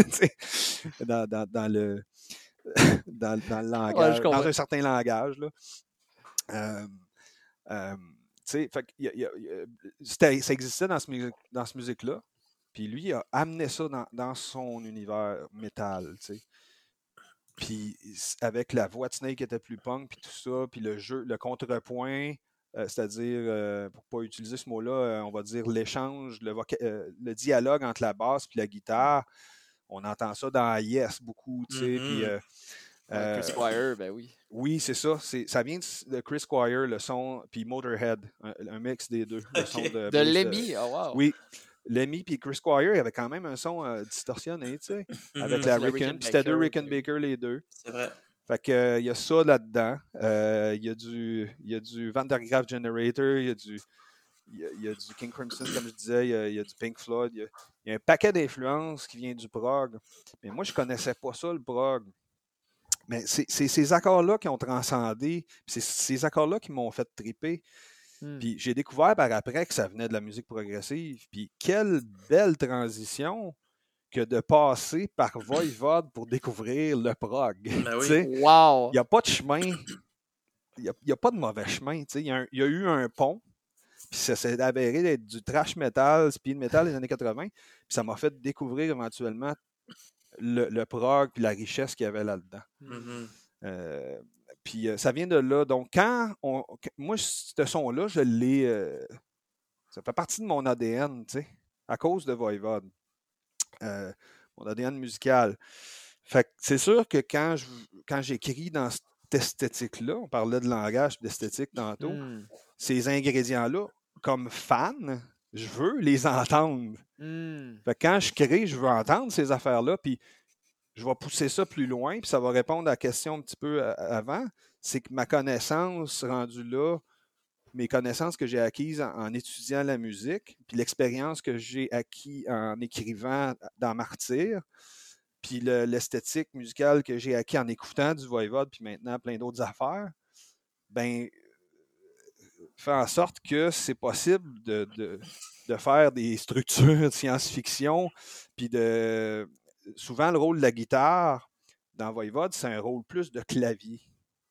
dans le langage, dans un certain langage. Là. Fait ça existait dans ce musique-là. Puis lui, il a amené ça dans son univers métal. Puis avec la voix de Snake qui était plus punk, puis tout ça, puis le jeu, le contrepoint, c'est-à-dire, pour ne pas utiliser ce mot-là, on va dire l'échange, le dialogue entre la basse et la guitare. On entend ça dans Yes beaucoup, tu sais. Puis Chris Squire, ben oui. Oui, c'est ça. Ça vient de Chris Squire, le son, puis Motorhead, un mix des deux. Le son de Lemmy, oh wow. Oui, Lemmy puis Chris Squire, il y avait quand même un son distorsionné, tu sais, avec la Rickenbacker. C'était deux Rickenbacker, les deux. C'est vrai. Fait que il y a ça là-dedans. Il y a du Van der Graaf Generator, il y a du King Crimson, comme je disais, il y a du Pink Floyd. Il y a un paquet d'influences qui vient du prog. Mais moi, je connaissais pas ça, le prog. Mais c'est ces accords-là qui ont transcendé. C'est ces accords-là qui m'ont fait triper. Puis j'ai découvert par après que ça venait de la musique progressive. Puis quelle belle transition que de passer par Voivode pour découvrir le prog. Ben oui. Wow! Il n'y a pas de chemin. Il n'y a pas de mauvais chemin. Il y a eu un pont. Puis ça s'est avéré d'être du thrash metal, speed metal des années 80. Puis ça m'a fait découvrir éventuellement le prog puis la richesse qu'il y avait là-dedans. Puis ça vient de là. Donc, moi, ce son-là, je l'ai. Ça fait partie de mon ADN, tu sais, à cause de Voivode. mon ADN musical. Fait que c'est sûr que quand j'écris dans cette esthétique-là, on parlait de langage et d'esthétique tantôt, ces ingrédients-là, comme fan, je veux les entendre. Fait que quand je crée, je veux entendre ces affaires-là, puis je vais pousser ça plus loin, puis ça va répondre à la question un petit peu avant. C'est que ma connaissance rendue là, mes connaissances que j'ai acquises en étudiant la musique, puis l'expérience que j'ai acquis en écrivant dans Martyr, puis l'esthétique musicale que j'ai acquis en écoutant du Voivode, puis maintenant plein d'autres affaires, ben fait en sorte que c'est possible de faire des structures de science-fiction, puis souvent le rôle de la guitare dans Voivode, c'est un rôle plus de clavier.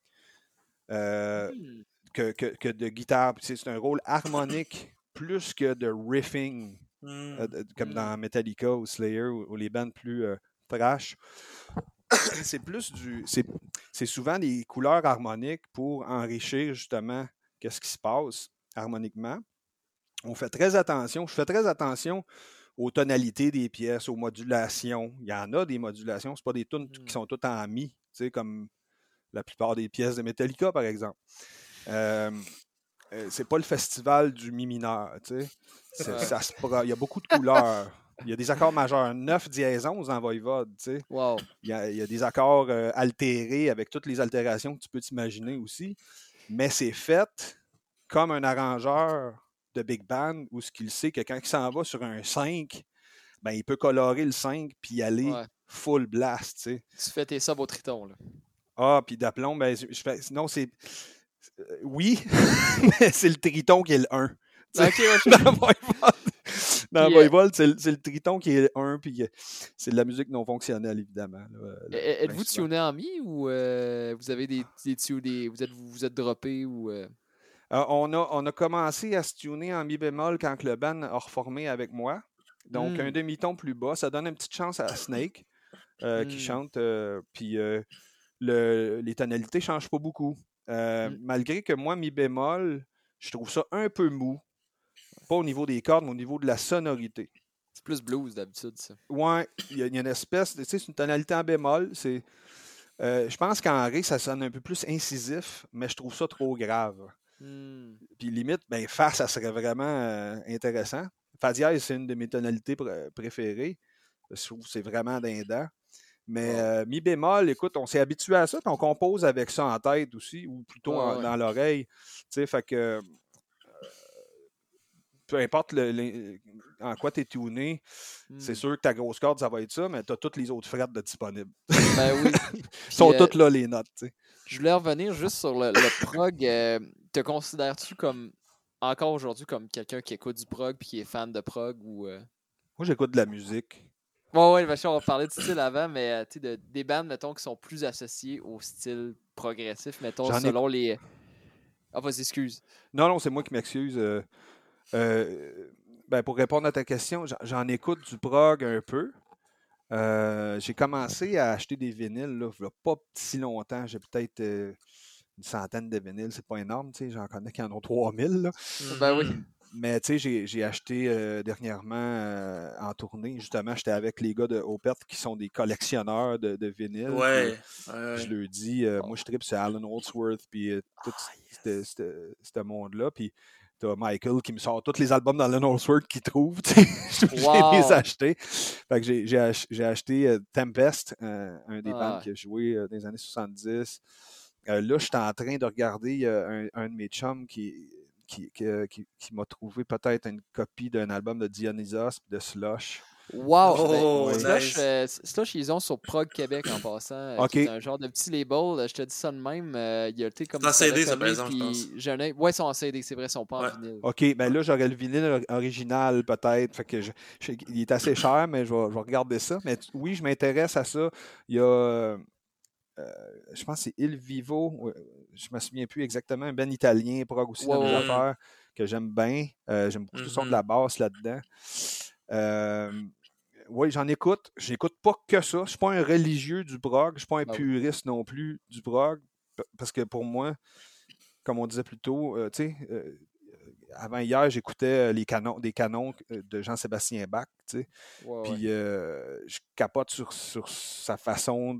Que de guitare. C'est un rôle harmonique plus que de riffing, comme dans Metallica ou Slayer ou les bandes plus thrash. C'est plus c'est souvent des couleurs harmoniques pour enrichir justement qu'est-ce qui se passe harmoniquement. Je fais très attention aux tonalités des pièces, aux modulations. Il y en a des modulations, c'est pas des tunes qui sont toutes en mi, comme la plupart des pièces de Metallica, par exemple. C'est pas le festival du mi mineur, tu sais. Il y a beaucoup de couleurs. Il y a des accords majeurs 9 dièse 11 dans Voivode, tu sais. Wow. Il y a des accords altérés avec toutes les altérations que tu peux t'imaginer aussi. Mais c'est fait comme un arrangeur de big band où ce qu'il sait que quand il s'en va sur un 5, ben il peut colorer le 5 puis y aller full blast, tu sais. Tu fais tes subs au triton, là. Ah, puis d'aplomb, ben non, c'est... Oui, mais c'est le triton qui est le 1. Dans Voivode, c'est le triton qui est le 1, puis c'est de la musique non fonctionnelle, évidemment. Êtes-vous tuné en mi ou vous avez des vous êtes droppé ou... On a commencé à se tuner en mi bémol quand le band a reformé avec moi. Donc, un demi-ton plus bas. Ça donne une petite chance à Snake qui chante. Puis les tonalités ne changent pas beaucoup. Malgré que moi, mi bémol, je trouve ça un peu mou. Pas au niveau des cordes, mais au niveau de la sonorité. C'est plus blues d'habitude, ça. Ouais, il y a une espèce, tu sais, c'est une tonalité en bémol. Je pense qu'en ré, ça sonne un peu plus incisif, mais je trouve ça trop grave. Puis limite, ben fa, ça serait vraiment intéressant. Fa dièse, c'est une de mes tonalités préférées. Je trouve que c'est vraiment dindant. Mais mi bémol, écoute, on s'est habitué à ça, puis on compose avec ça en tête aussi, ou plutôt dans l'oreille. Tu sais, fait que peu importe en quoi tu es tuné, c'est sûr que ta grosse corde, ça va être ça, mais tu as toutes les autres frettes de disponibles. Ben oui. Ils sont toutes là, les notes. T'sais. Je voulais revenir juste sur le prog. Te considères-tu comme, encore aujourd'hui, comme quelqu'un qui écoute du prog et qui est fan de prog ou Moi, j'écoute de la musique. Ouais, on va parler de style avant, mais des bandes, mettons, qui sont plus associées au style progressif, mettons, selon les... Ah, vas-y, excuse. Non, c'est moi qui m'excuse. Ben, pour répondre à ta question, j'en écoute du prog un peu. J'ai commencé à acheter des vinyles, là, il n'y a pas si longtemps. J'ai peut-être une centaine de vinyles, c'est pas énorme, tu sais, j'en connais qui en ont 3000. Là. Ben oui. Mais tu sais, j'ai acheté dernièrement en tournée, justement, j'étais avec les gars de Opeth qui sont des collectionneurs de vinyles. Ouais. Je leur dis, moi je tripe sur Alan Holdsworth, puis tout ce monde-là. Puis t'as Michael qui me sort tous les albums d'Alan Holdsworth qu'il trouve. Je suis obligé de les acheter. Fait que j'ai acheté Tempest, un des bands qui a joué dans les années 70. Là, je suis en train de regarder un de mes chums qui m'a trouvé peut-être une copie d'un album de Dionysos et de Slush. Wow! Slush, ils ont sur Prog Québec en passant. C'est un genre de petit label. Je te dis ça de même. Il y a comme en CD, ça, par exemple, je pense. Ouais, ils sont en CD, c'est vrai, ils sont pas en vinyle. OK, ben là, j'aurais le vinyle original peut-être. Fait que il est assez cher, mais je vais regarder ça. Mais oui, je m'intéresse à ça. Il y a... je pense que c'est Il Vivo, je ne me souviens plus exactement, un band italien, prog aussi dans mes affaires, que j'aime bien. J'aime beaucoup le son de la basse là-dedans. Oui, j'en écoute. J'écoute pas que ça. Je ne suis pas un religieux du prog. Je ne suis pas un puriste non plus du prog. Parce que pour moi, comme on disait plus tôt, avant hier, j'écoutais des canons de Jean-Sébastien Bach, tu sais. Puis je capote sur sa façon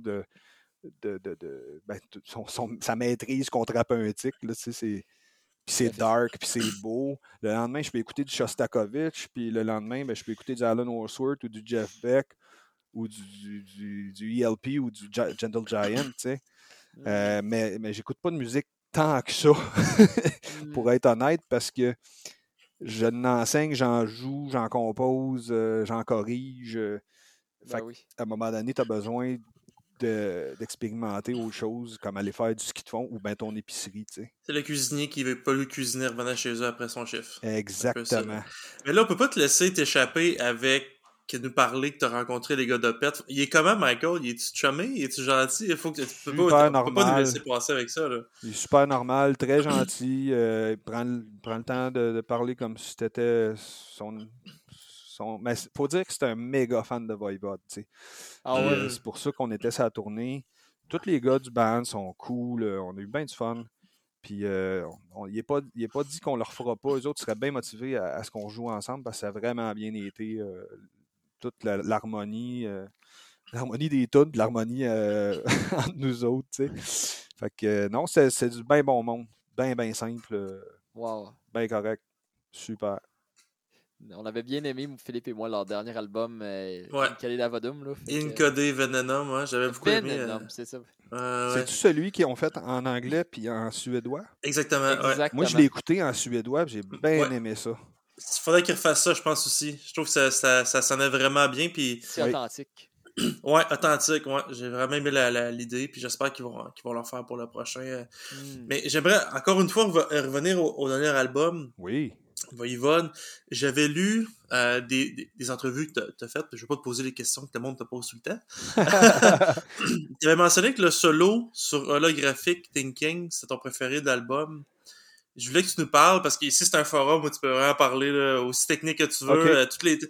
sa maîtrise contrapuntique, là, tu sais, puis c'est dark, puis c'est beau. Le lendemain, je peux écouter du Shostakovich, puis le lendemain, je peux écouter du Alan Wordsworth ou du Jeff Beck ou du ELP ou du Gentle Giant, tu sais. Mais j'écoute pas de musique tant que ça, pour être honnête, parce que je n'enseigne, j'en joue, j'en compose, j'en corrige. À un moment donné, tu as besoin d'expérimenter autre chose, comme aller faire du ski de fond ou bien ton épicerie, tu sais. C'est le cuisinier qui veut pas le cuisiner revenant chez eux après son chiffre. Exactement. Mais là, on peut pas te laisser t'échapper avec nous parler que t'as rencontré les gars d'Opeth. Il est comment, Michael? Il est-tu chumé? Il est-tu gentil? Il faut que tu peux pas nous laisser passer avec ça, là. Il est super normal, très gentil. Il prend le temps de parler comme si c'était son... Mais il faut dire que c'est un méga fan de Voivode, tu sais. C'est pour ça qu'on était sur la tournée. Tous les gars du band sont cool. On a eu bien du fun. Puis il n'est pas dit qu'on leur fera pas. Eux autres seraient bien motivés à ce qu'on joue ensemble parce que ça a vraiment bien été. Toute l'harmonie. L'harmonie des tunes, l'harmonie entre nous autres, tu sais. Fait que non, c'est du bien bon monde. Bien simple. Bien correct. Super. On avait bien aimé, Philippe et moi, leur dernier album, Incade Avodum. Incade Venenum, ouais, j'avais beaucoup aimé. Venenum, c'est ça. C'est-tu celui qu'ils ont fait en anglais puis en suédois? Exactement. Moi, je l'ai écouté en suédois et j'ai bien aimé ça. Il faudrait qu'ils refassent ça, je pense aussi. Je trouve que ça sonnait vraiment bien. Puis... C'est authentique. Ouais, authentique, ouais. J'ai vraiment aimé l'idée, puis j'espère qu'ils vont le faire pour le prochain. Mais j'aimerais, encore une fois, revenir au dernier album. Oui. Yvonne, j'avais lu des entrevues que tu as faites, je vais pas te poser les questions que tout le monde te pose tout le temps. Tu avais mentionné que le solo sur Holographic Thinking, c'est ton préféré de l'album. Je voulais que tu nous parles, parce qu'ici, c'est un forum où tu peux vraiment parler là, aussi technique que tu veux. Okay.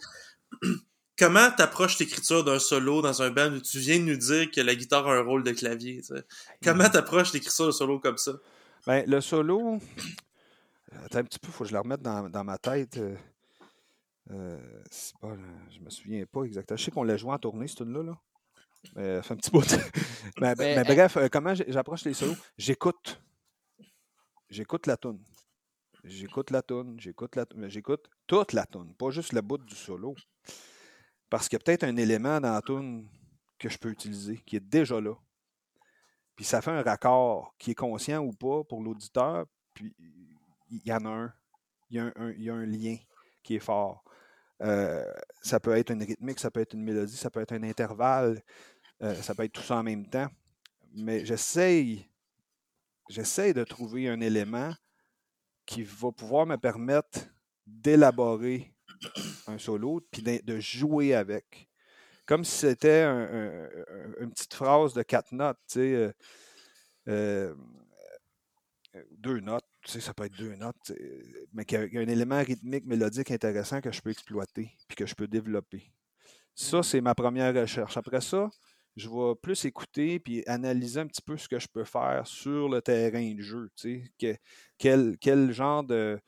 Comment t'approches l'écriture d'un solo dans un band où tu viens de nous dire que la guitare a un rôle de clavier? T'sais? Comment t'approches l'écriture de solo comme ça? Ben, le solo... Attends un petit peu, il faut que je le remette dans ma tête. C'est pas, je me souviens pas exactement. Je sais qu'on l'a joué en tournée, cette tune-là. Là. Ça fait un petit bout. Mais bref, comment j'approche les solos? J'écoute la tune. J'écoute toute la tune, pas juste le bout du solo. Parce qu'il y a peut-être un élément dans la tune que je peux utiliser, qui est déjà là. Puis ça fait un raccord qui est conscient ou pas pour l'auditeur, puis il y en a un. Il y a un lien qui est fort. Ça peut être une rythmique, ça peut être une mélodie, ça peut être un intervalle, ça peut être tout ça en même temps. Mais j'essaye de trouver un élément qui va pouvoir me permettre d'élaborer un solo puis de jouer avec. Comme si c'était une petite phrase de 4 notes, tu sais. 2 notes, tu sais, ça peut être 2 notes, mais qu'il y a un élément rythmique, mélodique intéressant que je peux exploiter puis que je peux développer. Ça, c'est ma première recherche. Après ça, je vais plus écouter puis analyser un petit peu ce que je peux faire sur le terrain de jeu. Tu sais, quel genre de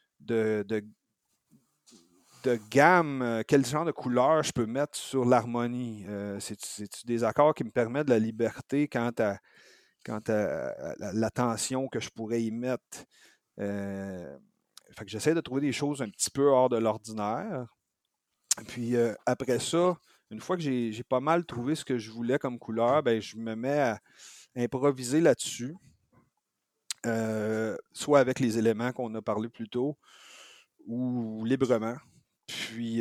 gamme, quel genre de couleur je peux mettre sur l'harmonie. C'est-tu des accords qui me permettent de la liberté quant à la tension que je pourrais y mettre. Fait que j'essaie de trouver des choses un petit peu hors de l'ordinaire. Puis après ça, une fois que j'ai pas mal trouvé ce que je voulais comme couleur, ben, je me mets à improviser là-dessus. Soit avec les éléments qu'on a parlé plus tôt, ou librement. Puis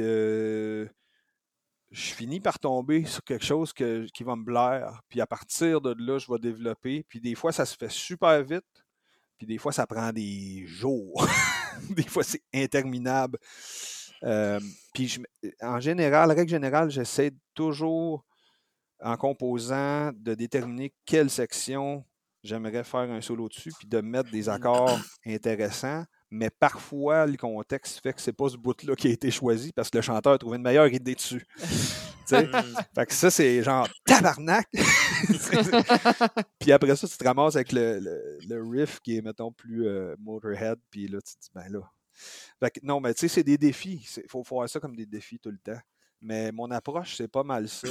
je finis par tomber sur quelque chose qui va me plaire. Puis à partir de là, je vais développer. Puis des fois, ça se fait super vite. Puis des fois, ça prend des jours. Des fois, c'est interminable. Puis en général, règle générale, j'essaie toujours, en composant, de déterminer quelle section j'aimerais faire un solo dessus, puis de mettre des accords intéressants. Mais parfois, le contexte fait que c'est pas ce bout-là qui a été choisi parce que le chanteur a trouvé une meilleure idée dessus. Fait que ça, c'est genre tabarnak! Puis après ça, tu te ramasses avec le riff qui est, mettons, plus Motorhead. Puis là, tu te dis, ben là, Fait que, non, mais tu sais, c'est des défis. Il faut voir ça comme des défis tout le temps. Mais mon approche, c'est pas mal ça.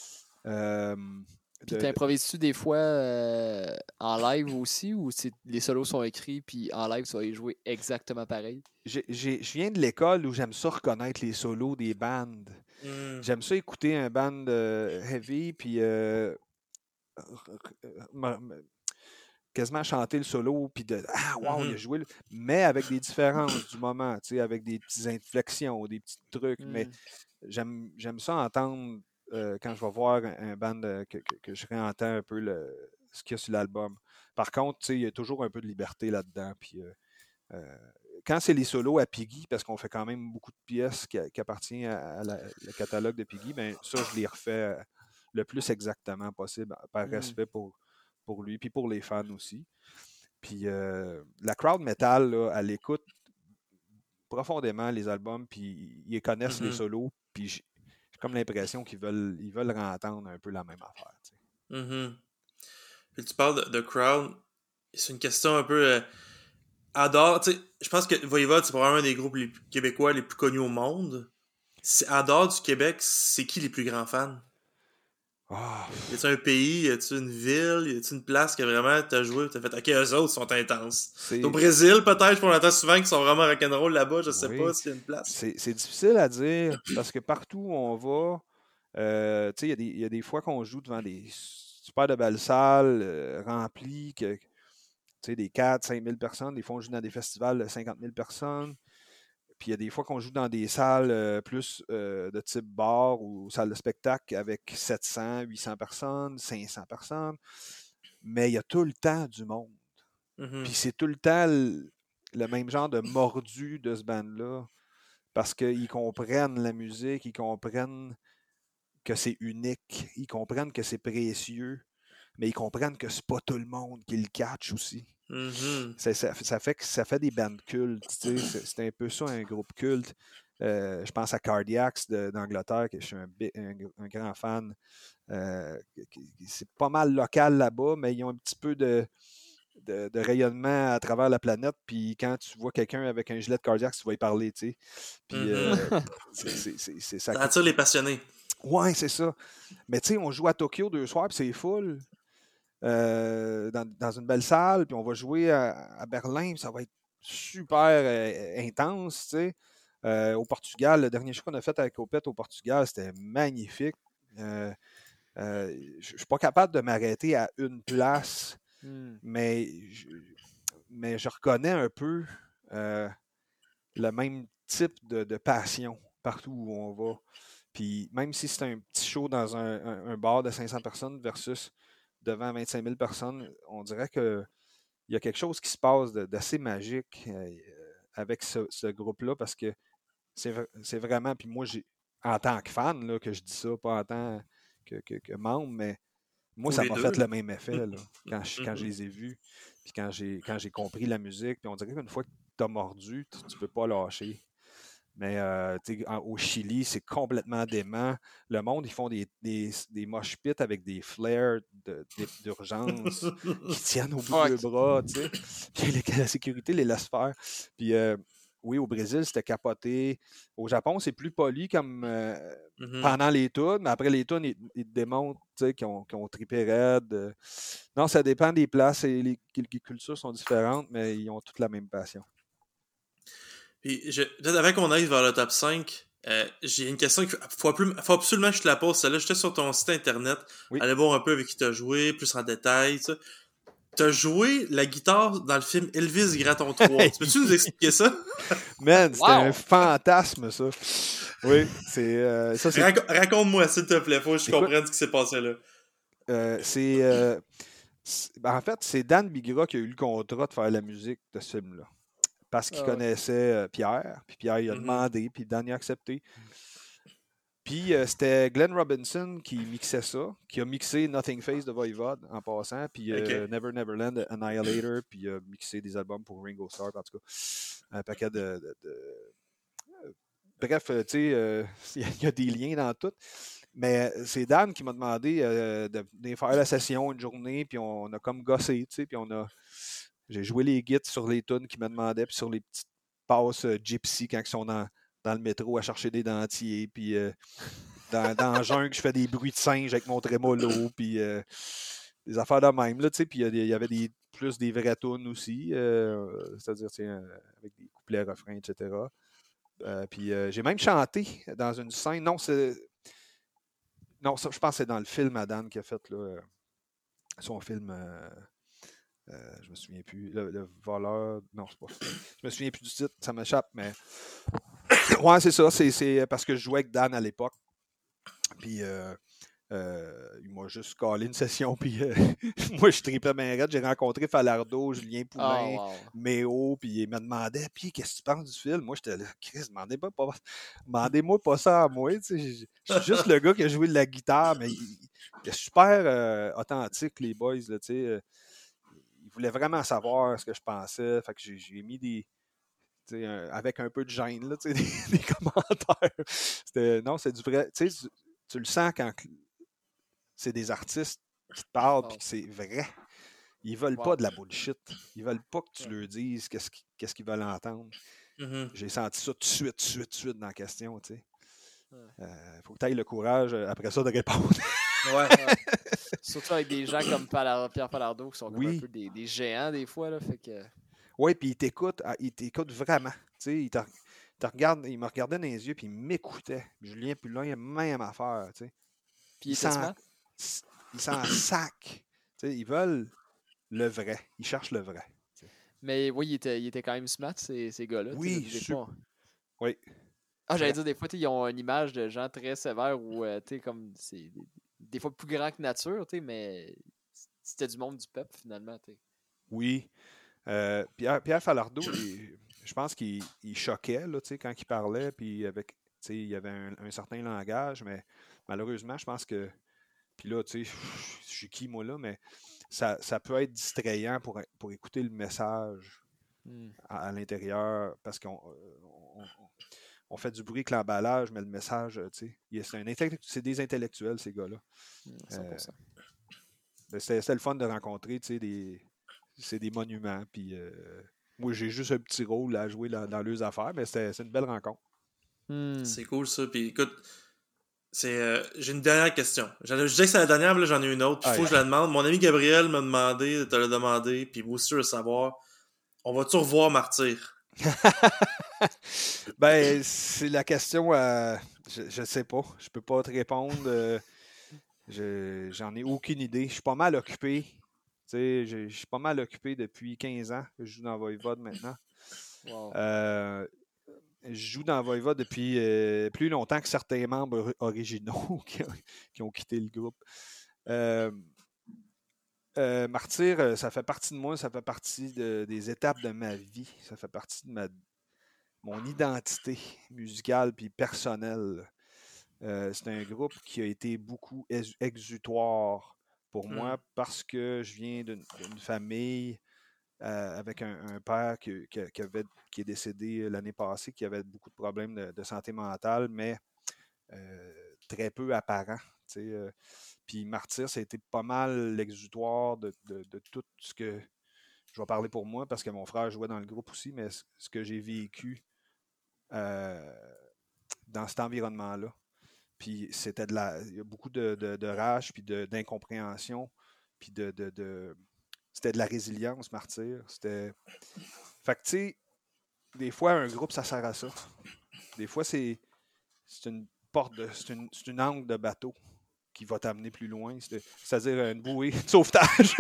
Puis t'improvises-tu des fois en live aussi, ou les solos sont écrits, puis en live, tu vas les jouer exactement pareil? Je viens de l'école où j'aime ça reconnaître les solos des bandes. J'aime ça écouter un band heavy, puis quasiment chanter le solo, puis de « Ah, wow, il a joué! » Mais avec des différences du moment, tu sais, avec des petites inflexions, des petits trucs. Mais j'aime ça entendre quand je vais voir un band que je réentends un peu ce qu'il y a sur l'album. Par contre, tu sais, il y a toujours un peu de liberté là-dedans. Puis quand c'est les solos à Piggy, parce qu'on fait quand même beaucoup de pièces qui appartiennent à le catalogue de Piggy, ben ça, je les refais le plus exactement possible, par respect pour lui, puis pour les fans aussi. Puis la crowd metal, là, elle écoute profondément les albums, puis ils connaissent les solos, puis j'ai comme l'impression qu'ils veulent entendre un peu la même affaire. Tu sais. Puis tu parles de crowd, c'est une question un peu en dehors, tu sais, je pense que Voivode, c'est probablement un des groupes québécois les plus connus au monde. En dehors du Québec, c'est qui les plus grands fans? Y a-tu un pays, y a-tu une ville, y a-tu une place que vraiment t'as joué, t'as fait, ok, eux autres sont intenses. Au Brésil, peut-être, on entend souvent qu'ils sont vraiment rock'n'roll là-bas, je sais pas s'il y a une place. C'est difficile à dire, parce que partout où on va, tu sais, il y a des fois qu'on joue devant des super de belles salles remplies, tu sais, des 4-5 000 personnes. Des fois, on joue dans des festivals de 50 000 personnes. Puis il y a des fois qu'on joue dans des salles plus de type bar ou salle de spectacle avec 700, 800 personnes, 500 personnes. Mais il y a tout le temps du monde. Puis c'est tout le temps le même genre de mordu de ce band-là. Parce qu'ils comprennent la musique, ils comprennent que c'est unique, ils comprennent que c'est précieux, mais ils comprennent que c'est pas tout le monde qui le catch aussi. Ça fait que ça fait des bandes cultes. C'est un peu ça, un groupe culte. Je pense à Cardiacs d'Angleterre, que je suis un grand fan. C'est pas mal local là-bas, mais ils ont un petit peu de rayonnement à travers la planète. Puis quand tu vois quelqu'un avec un gilet de Cardiacs, tu vas y parler. Puis ça attire les passionnés. Ouais, c'est ça. Mais tu sais, on joue à Tokyo 2 soirs, puis c'est full. Dans une belle salle, puis on va jouer à Berlin, ça va être super intense, tu sais. Au Portugal, le dernier show qu'on a fait avec Opeth au Portugal, c'était magnifique. Je ne suis pas capable de m'arrêter à une place, mais je reconnais un peu le même type de passion partout où on va. Puis même si c'est un petit show dans un bar de 500 personnes versus devant 25 000 personnes, on dirait qu'il y a quelque chose qui se passe d'assez magique avec ce groupe-là, parce que c'est vraiment, puis moi, en tant que fan, là, que je dis ça, pas en tant que membre, mais moi, ça m'a fait le même effet là, quand je les ai vus, puis quand j'ai compris la musique, puis on dirait qu'une fois que tu as mordu, tu peux pas lâcher. Mais au Chili, c'est complètement dément. Le monde, ils font des mosh pits avec des flares d'urgence qui tiennent au bout de bras, tu sais. Puis la sécurité les laisse faire. Puis oui, au Brésil, c'était capoté. Au Japon, c'est plus poli comme pendant les tunes, mais après les tunes, ils te démontrent qu'ils ont trippé raide. Non, ça dépend des places et les cultures sont différentes, mais ils ont toutes la même passion. Puis, avant qu'on aille vers le top 5, j'ai une question qu'il faut absolument que je te la pose. Celle-là, j'étais sur ton site internet, aller voir un peu avec qui tu as joué, plus en détail. Tu as joué la guitare dans le film Elvis Gratton 3. Peux-tu nous expliquer ça? Man, c'était un fantasme, ça. Oui, c'est... Raconte-moi, s'il te plaît, faut que je comprenne ce qui s'est passé là. En fait, c'est Dan Bigra qui a eu le contrat de faire la musique de ce film-là. Parce qu'il connaissait Pierre, puis Pierre il a demandé, puis Dan a accepté. Puis c'était Glenn Robinson qui mixait ça, qui a mixé Nothing Face de Voivode en passant, puis Never Neverland, Annihilator, puis il a mixé des albums pour Ringo Starr, en tout cas. Un paquet de... Bref, tu sais, il y a des liens dans tout. Mais c'est Dan qui m'a demandé de venir faire la session une journée, puis on a comme gossé, tu sais, puis j'ai joué les guides sur les tunes qu'il me demandait, puis sur les petites passe Gypsy quand ils sont dans le métro à chercher des dentiers, puis dans la jungle, je fais des bruits de singe avec mon trémolo, puis des affaires de même, là, tu sais, puis il y avait plus des vraies tunes aussi, c'est-à-dire, avec des couplets, refrains, etc. Puis j'ai même chanté dans une scène, non, ça, je pense que c'est dans le film Adam qui a fait, là, son film... je me souviens plus. Le voleur. Non, c'est pas ça. Je me souviens plus du titre, ça m'échappe, mais. Ouais, c'est ça. C'est parce que je jouais avec Dan à l'époque. Puis il m'a juste collé une session. Puis moi, je tripais bien raide. J'ai rencontré Falardeau, Julien Poulain, Méo. Puis il m'a demandé, puis qu'est-ce que tu penses du film? Moi, j'étais là, Chris, demandez-moi pas ça à moi. Je suis juste le gars qui a joué de la guitare, mais il est super authentique, les boys. Là, il voulait vraiment savoir ce que je pensais. Fait que j'ai mis avec un peu de gêne, là, des commentaires. Non, c'est du vrai. Tu le sens quand c'est des artistes qui te parlent et que c'est vrai. Ils veulent pas de la bullshit. Ils veulent pas que tu leur dises qu'est-ce qu'ils veulent entendre. J'ai senti ça tout de suite dans la question. Faut que tu ailles le courage après ça de répondre. Ouais. Surtout avec des gens comme Pierre Falardeau qui sont comme un peu des géants des fois. Là, fait que... Oui, puis il t'écoute vraiment. Il me regardait dans les yeux puis il m'écoutait. Julien Poulain, il a même affaire. Puis il s'en sac. Ils veulent le vrai. Ils cherchent le vrai. Mais oui, il était quand même smart, ces gars-là. Oui, oui. Ah, j'allais dire, des fois, ils ont une image de gens très sévères où, comme c'est des fois plus grand que nature, mais c'était du monde du peuple, finalement. Oui. Pierre Falardeau, je pense qu'il choquait là, quand il parlait, puis il y avait un certain langage, mais malheureusement, je pense que. Puis là, je suis qui, moi, là, mais ça peut être distrayant pour écouter le message à l'intérieur, parce qu'on fait du bruit avec l'emballage, mais le message, c'est des intellectuels, ces gars-là. 100%. C'était le fun de rencontrer, c'est des monuments, puis moi, j'ai juste un petit rôle à jouer dans leurs affaires, mais c'est une belle rencontre. C'est cool, ça. Puis écoute, j'ai une dernière question. Je disais que c'est la dernière, mais là, j'en ai une autre. Il faut que je la demande. Mon ami Gabriel m'a demandé de te la demander, puis moi aussi, je veux savoir, on va-tu revoir Martyr? Ben, c'est la question je sais pas. Je peux pas te répondre. J'en ai aucune idée. Je suis pas mal occupé. Je suis pas mal occupé depuis 15 ans que je joue dans Voivode maintenant. Wow. Je joue dans Voivode depuis plus longtemps que certains membres originaux qui ont quitté le groupe. Martyr, ça fait partie de moi, ça fait partie des étapes de ma vie. Ça fait partie de mon identité musicale puis personnelle. C'est un groupe qui a été beaucoup exutoire pour moi parce que je viens d'une famille avec un père qui est décédé l'année passée, qui avait beaucoup de problèmes de santé mentale, mais très peu apparents. Puis Martyr, ça a été pas mal l'exutoire de tout ce que je vais parler pour moi, parce que mon frère jouait dans le groupe aussi, mais ce que j'ai vécu dans cet environnement-là. Puis c'était il y a beaucoup de rage, puis d'incompréhension, puis c'était de la résilience, Martyr. Fait que, tu sais, des fois, un groupe, ça sert à ça. Des fois, c'est une porte, c'est une angle de bateau qui va t'amener plus loin. C'est-à-dire une bouée de sauvetage.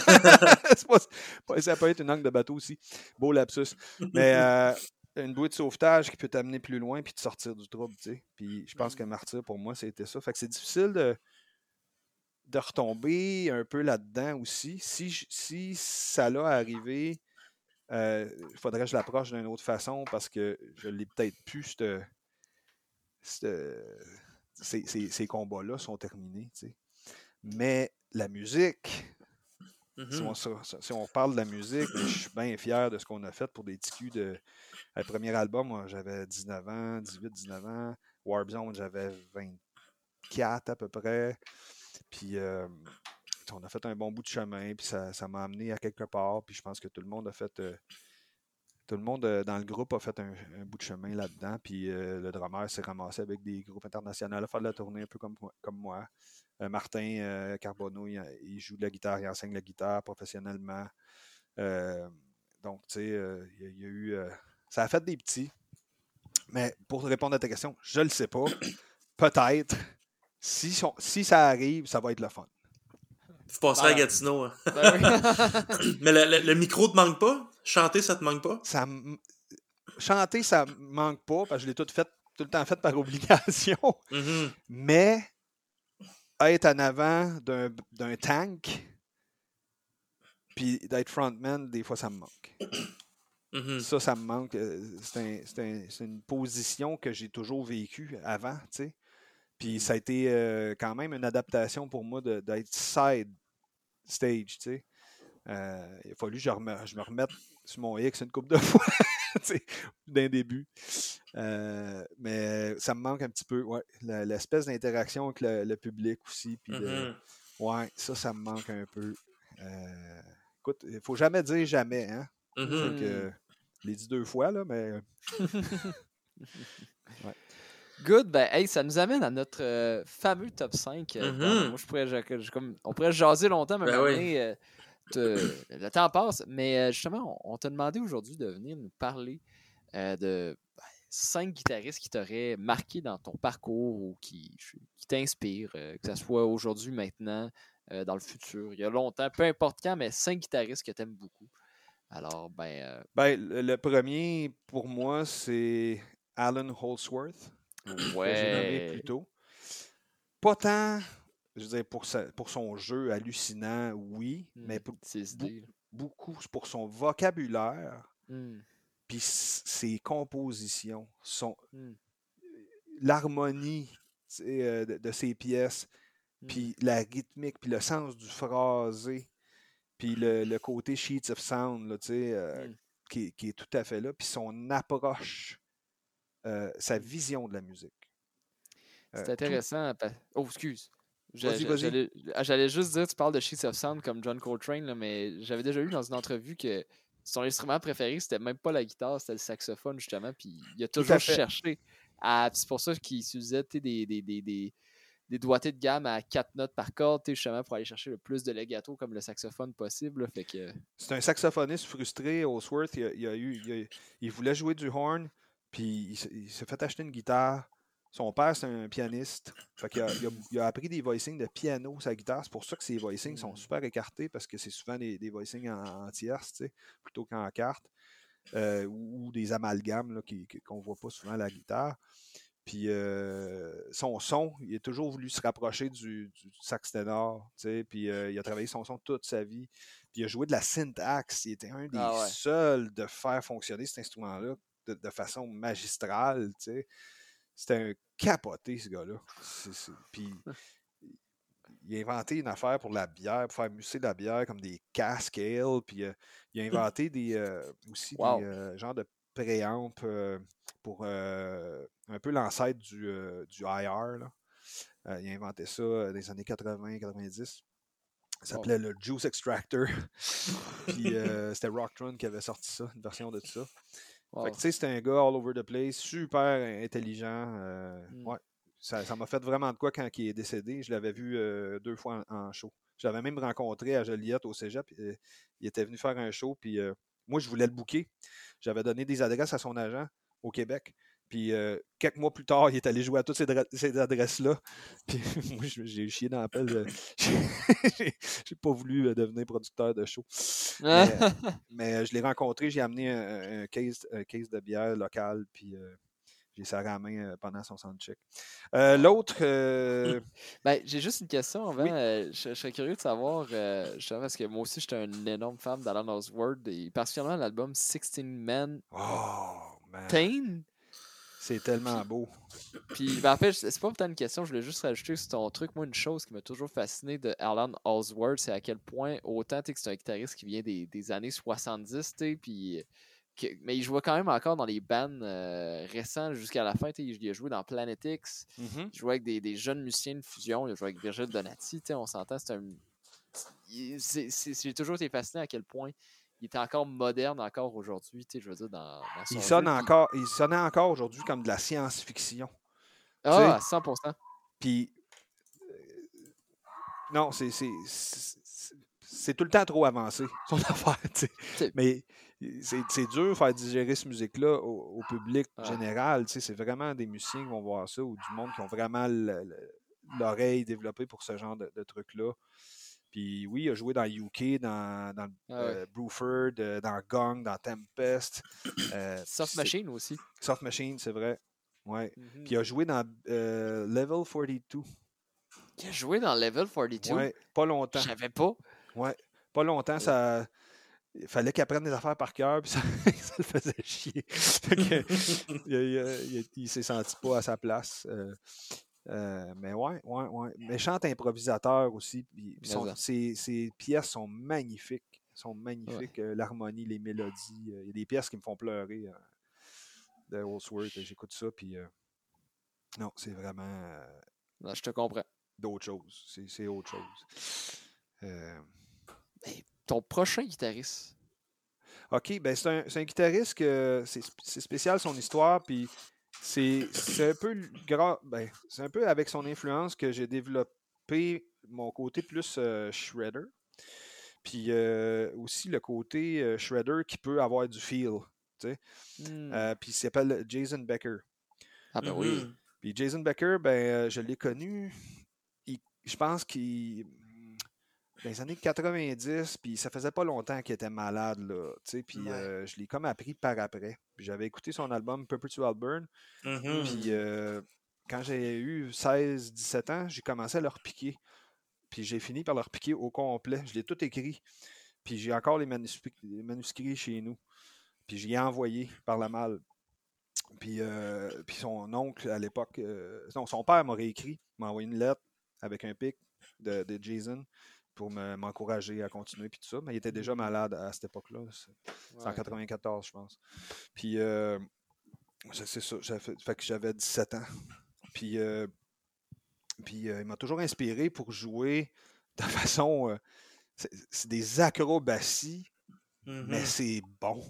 Ça peut être une angle de bateau aussi. Beau lapsus. Mais une bouée de sauvetage qui peut t'amener plus loin puis te sortir du trouble, tu sais. Puis je pense que Martyr, pour moi, c'était ça. Fait que c'est difficile de retomber un peu là-dedans aussi. Si ça l'a arrivé, il faudrait que je l'approche d'une autre façon parce que je l'ai peut-être plus, ces combats-là sont terminés, tu sais. Mais la musique, si on parle de la musique, je suis bien fier de ce qu'on a fait pour des TQ le premier album, moi, j'avais 19 ans, 19 ans. Warzone, j'avais 24 à peu près. Puis on a fait un bon bout de chemin, puis ça m'a amené à quelque part. Puis je pense que tout le monde a fait Tout le monde dans le groupe a fait un bout de chemin là-dedans. Puis le drummer s'est ramassé avec des groupes internationaux à faire de la tournée un peu comme moi. Martin Carbonneau, il joue de la guitare, il enseigne la guitare professionnellement. Donc, tu sais, il y a eu... ça a fait des petits. Mais pour répondre à ta question, je le sais pas. Peut-être. Si ça arrive, ça va être le fun. Tu passeras à Gatineau. Hein. Ben oui. Mais le micro te manque pas? Chanter, ça te manque pas? Chanter, ça me manque pas, parce que je l'ai tout le temps fait par obligation. Mm-hmm. Mais être en avant d'un tank, puis d'être frontman, des fois, ça me manque. Mm-hmm. Ça me manque. C'est une position que j'ai toujours vécue avant, tu sais. Puis ça a été quand même une adaptation pour moi d'être side stage, tu sais. Il a fallu que je me remette sur mon X une couple de fois, d'un début. Mais ça me manque un petit peu, ouais. L'espèce d'interaction avec le public aussi. Puis ouais, ça me manque un peu. Écoute, il ne faut jamais dire jamais, hein. Mm-hmm. Je l'ai dit 2 fois, là, mais... ouais. Good, ben hey, ça nous amène à notre fameux top 5. Moi, on pourrait jaser longtemps, mais le temps passe. Mais justement, on t'a demandé aujourd'hui de venir nous parler de 5 guitaristes qui t'auraient marqué dans ton parcours ou qui t'inspirent, que ce soit aujourd'hui, maintenant, dans le futur, il y a longtemps, peu importe quand, mais 5 guitaristes que tu aimes beaucoup. Alors, le premier, pour moi, c'est Alan Holdsworth. Ouais. Que j'ai nommé plus tôt. Pas tant, je veux dire, pour son jeu hallucinant, oui, mais beaucoup pour son vocabulaire, puis ses compositions, l'harmonie de ses pièces, puis la rythmique, puis le sens du phrasé, puis le côté Sheets of Sound, là, qui est tout à fait là, puis son approche, sa vision de la musique. C'est intéressant. Oh, excuse. Vas-y. J'allais juste dire, tu parles de Sheets of Sound comme John Coltrane, là, mais j'avais déjà lu dans une entrevue que son instrument préféré, c'était même pas la guitare, c'était le saxophone, justement. Puis il a toujours cherché. C'est pour ça qu'il utilisait des doigtés de gamme à 4 notes par corde, justement, pour aller chercher le plus de legato comme le saxophone possible. Là, fait que... C'est un saxophoniste frustré, Holdsworth. Il voulait jouer du horn, puis il s'est fait acheter une guitare. Son père, c'est un pianiste. Fait qu'il a appris des voicings de piano sa guitare. C'est pour ça que ses voicings sont super écartés, parce que c'est souvent des voicings en tierce, plutôt qu'en carte. Ou des amalgames là, qu'on ne voit pas souvent à la guitare. Puis son son, il a toujours voulu se rapprocher du sax ténor, puis il a travaillé son son toute sa vie. Puis il a joué de la syntaxe. Il était un des seuls de faire fonctionner cet instrument-là de façon magistrale, C'était un capoté, ce gars-là. Puis il a inventé une affaire pour la bière, pour faire musser de la bière, comme des casques ale. Puis il a inventé aussi des genres de préamp pour un peu l'ancêtre du IR. Là. Il a inventé ça dans les années 80-90. Ça s'appelait le Juice Extractor. Puis c'était Rocktron qui avait sorti ça, une version de ça. Fait que tu sais, c'était un gars all over the place, super intelligent. Ouais. Ça m'a fait vraiment de quoi quand il est décédé. Je l'avais vu 2 fois en show. Je l'avais même rencontré à Joliette au cégep. Il était venu faire un show. Puis moi, je voulais le booker. J'avais donné des adresses à son agent au Québec. Puis quelques mois plus tard, il est allé jouer à toutes ces adresses-là. Puis moi, j'ai chié dans la pelle. J'ai pas voulu devenir producteur de show. Mais je l'ai rencontré, j'ai amené un case de bière locale, puis j'ai serré la main pendant son soundcheck. L'autre... j'ai juste une question avant. Oui. Je serais curieux de savoir, justement, parce que moi aussi, j'étais un énorme fan d'Alan Holdsworth, et particulièrement l'album 16 Men. Oh, man! Tain. C'est tellement beau. Puis, en fait, c'est pas peut-être une question, je voulais juste rajouter sur ton truc. Moi, une chose qui m'a toujours fasciné de Alan Holdsworth, c'est à quel point, autant que c'est un guitariste qui vient des années 70, puis, mais il jouait quand même encore dans les bands récents jusqu'à la fin. Il a joué dans Planet X, il jouait avec des jeunes musiciens de fusion, il a joué avec Virgil Donati, on s'entend, j'ai toujours été fasciné à quel point il était encore moderne encore aujourd'hui, tu sais, je veux dire, dans son Il jeu. sonnait encore aujourd'hui comme de la science-fiction. Ah, à 100%. Puis, non, c'est tout le temps trop avancé, son affaire, tu sais. Mais c'est dur de faire digérer cette musique-là au public général, tu sais. C'est vraiment des musiciens qui vont voir ça ou du monde qui ont vraiment l'oreille développée pour ce genre de trucs-là. Puis oui, il a joué dans UK, dans Bruford, dans Gong, dans Tempest. Soft Machine aussi. Soft Machine, c'est vrai. Ouais. Puis il a joué dans Level 42. Il a joué dans Level 42? Ouais, pas longtemps. Je savais pas. Ouais, pas longtemps. Ça... Il fallait qu'il apprenne des affaires par cœur, puis ça, ça le faisait chier. Il s'est senti pas à sa place. Mais ouais. Méchant improvisateur aussi. Ses pièces sont magnifiques. L'harmonie, les mélodies. Il y a des pièces qui me font pleurer de Holsworth. J'écoute ça, puis non, c'est vraiment... non, je te comprends. D'autres choses. C'est autre chose. Mais ton prochain guitariste? OK, ben c'est un guitariste que c'est spécial son histoire, puis c'est un peu c'est un peu avec son influence que j'ai développé mon côté plus shredder. Puis aussi le côté shredder qui peut avoir du feel. Tu sais. Puis il s'appelle Jason Becker. Ah ben oui. Puis Jason Becker, je l'ai connu. Je pense qu'il dans les années 90, puis ça faisait pas longtemps qu'il était malade, là, tu sais, puis je l'ai comme appris par après. Puis j'avais écouté son album Perpetual Burn, puis quand j'ai eu 16-17 ans, j'ai commencé à le repiquer. Puis j'ai fini par le repiquer au complet. Je l'ai tout écrit. Puis j'ai encore les manuscrits chez nous. Puis j'y ai envoyé par la malle. Puis son oncle, à l'époque... non, son père m'a réécrit, m'a envoyé une lettre avec un pic de Jason pour m'encourager à continuer, puis tout ça. Mais il était déjà malade à cette époque-là. C'est en 94, je pense. Puis c'est ça. Fait que j'avais 17 ans. Puis il m'a toujours inspiré pour jouer de façon... c'est des acrobaties, mais c'est bon.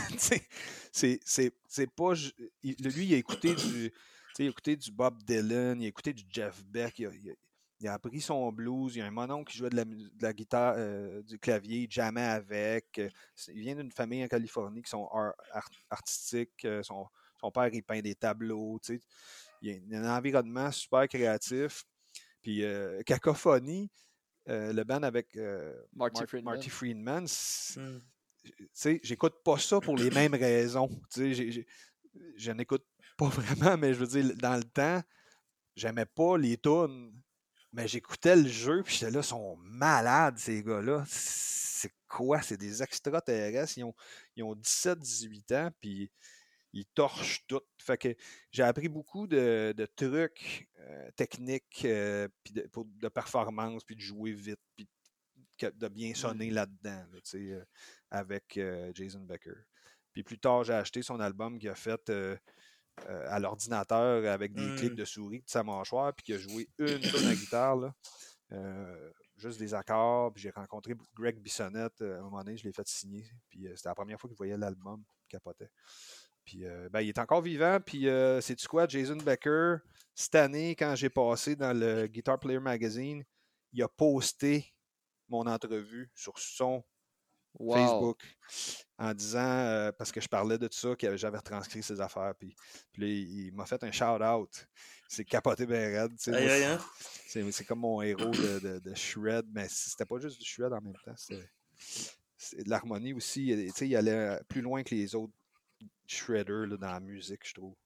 c'est pas... Lui, il a écouté du Bob Dylan, il a écouté du Jeff Beck, il a appris son blues, il y a un mononcle qui jouait de la guitare, du clavier, il jammait avec. Il vient d'une famille en Californie qui sont artistiques. Son père, il peint des tableaux. Il y a un environnement super créatif. Puis Cacophonie, le band avec Marty Friedman, j'écoute pas ça pour les mêmes raisons. Je n'écoute pas vraiment, mais je veux dire, dans le temps, j'aimais pas les tunes, mais j'écoutais le jeu, puis j'étais là, ils sont malades, ces gars-là. C'est quoi? C'est des extraterrestres. Ils ont 17-18 ans, puis ils torchent tout. Fait que j'ai appris beaucoup de trucs techniques, puis de performance, puis de jouer vite, puis de bien sonner là-dedans, là, avec Jason Becker. Puis plus tard, j'ai acheté son album qu'il a fait à l'ordinateur avec des clics de souris de sa mâchoire, puis qu'il a joué une tonne à guitare, là. Juste des accords, puis j'ai rencontré Greg Bissonnette à un moment donné, je l'ai fait signer, puis c'était la première fois qu'il voyait l'album, il capotait. Puis il est encore vivant, puis sais-tu quoi, Jason Becker, cette année, quand j'ai passé dans le Guitar Player Magazine, il a posté mon entrevue sur son Facebook en disant, parce que je parlais de tout ça, que j'avais retranscrit ses affaires, puis là, il m'a fait un shout-out. C'est capoté ben raide. C'est comme mon héros de shred, mais c'était pas juste du shred en même temps. C'est de l'harmonie aussi. Il allait plus loin que les autres shredders là, dans la musique, je trouve.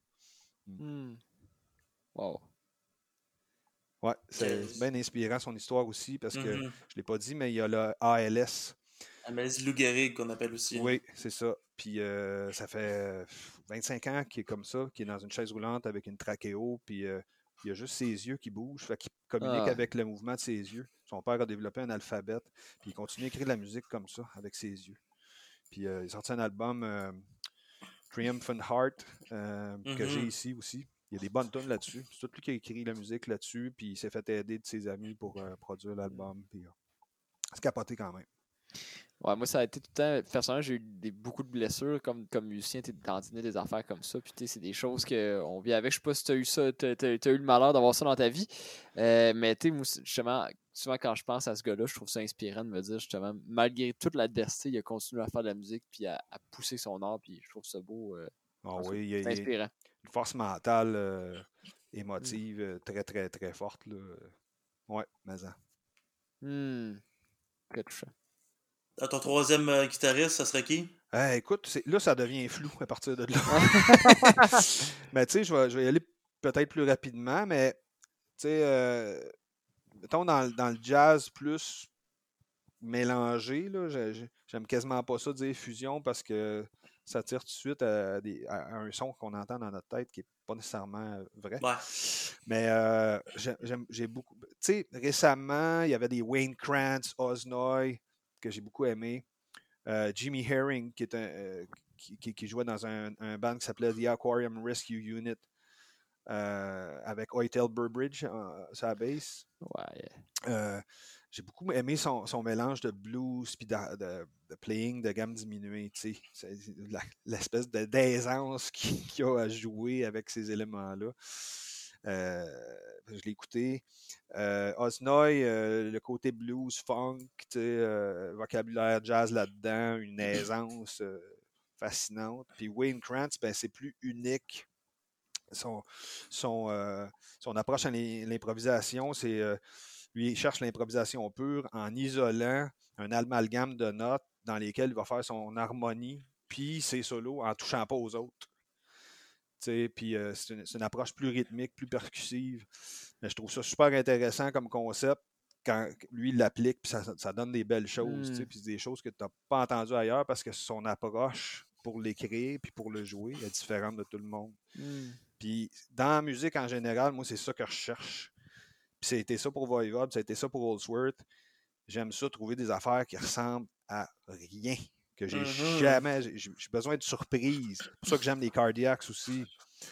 Wow. Ouais, c'est bien inspirant son histoire aussi, parce que je ne l'ai pas dit, mais il y a le ALS. Amazie Lou Gehrig, qu'on appelle aussi. Oui, c'est ça. Puis ça fait 25 ans qu'il est comme ça, qu'il est dans une chaise roulante avec une trachéo, puis il y a juste ses yeux qui bougent, fait qu'il communique avec le mouvement de ses yeux. Son père a développé un alphabet, puis il continue à écrire de la musique comme ça, avec ses yeux. Puis il a sorti un album, Triumphant Heart, que j'ai ici aussi. Il y a des bonnes tunes là-dessus. C'est tout lui qui a écrit la musique là-dessus, puis il s'est fait aider de ses amis pour produire l'album. Puis c'est capoté quand même. Ouais, moi, ça a été tout le temps. Personnellement, j'ai eu beaucoup de blessures comme musicien, t'es tantiné des affaires comme ça. Puis, c'est des choses qu'on vit avec. Je sais pas si t'as eu ça, t'as eu le malheur d'avoir ça dans ta vie. Mais, moi, justement, souvent, quand je pense à ce gars-là, je trouve ça inspirant de me dire, justement, malgré toute l'adversité, il a continué à faire de la musique, puis à pousser son art. Puis, je trouve ça beau. Oui, c'est inspirant. une force mentale émotive très, très, très forte. Là. Ouais, mais ça. Très touchant. Ton troisième guitariste, ça serait qui? Écoute, là, ça devient flou à partir de là. Mais tu sais, je vais y aller peut-être plus rapidement, mais tu sais, mettons dans le jazz plus mélangé, là, j'aime quasiment pas ça dire fusion parce que ça tire tout de suite à un son qu'on entend dans notre tête qui n'est pas nécessairement vrai. Ouais. Mais j'ai beaucoup. Tu sais, récemment, il y avait des Wayne Krantz, Oznoy, que j'ai beaucoup aimé. Jimmy Herring, qui jouait dans un band qui s'appelait The Aquarium Rescue Unit, avec Oitel Burbridge sur la bass. Ouais. J'ai beaucoup aimé son mélange de blues et de playing de gamme diminuée. L'espèce d'aisance qu'il a à jouer avec ces éléments-là. Je l'ai écouté. Oznoy, le côté blues, funk, vocabulaire jazz là-dedans, une aisance fascinante. Puis Wayne Krantz, c'est plus unique. Son approche à l'improvisation, c'est lui, il cherche l'improvisation pure en isolant un amalgame de notes dans lesquelles il va faire son harmonie, puis ses solos en touchant pas aux autres. Puis c'est une approche plus rythmique, plus percussive. Mais je trouve ça super intéressant comme concept quand lui il l'applique, puis ça donne des belles choses, puis des choses que tu n'as pas entendues ailleurs parce que son approche pour l'écrire puis pour le jouer est différente de tout le monde. Puis dans la musique en général, moi, c'est ça que je cherche. Puis ça a été ça pour Voivod, ça a été ça pour Holdsworth. J'aime ça, trouver des affaires qui ressemblent à rien, que j'ai jamais... J'ai besoin de surprises. C'est pour ça que j'aime les Cardiacs aussi.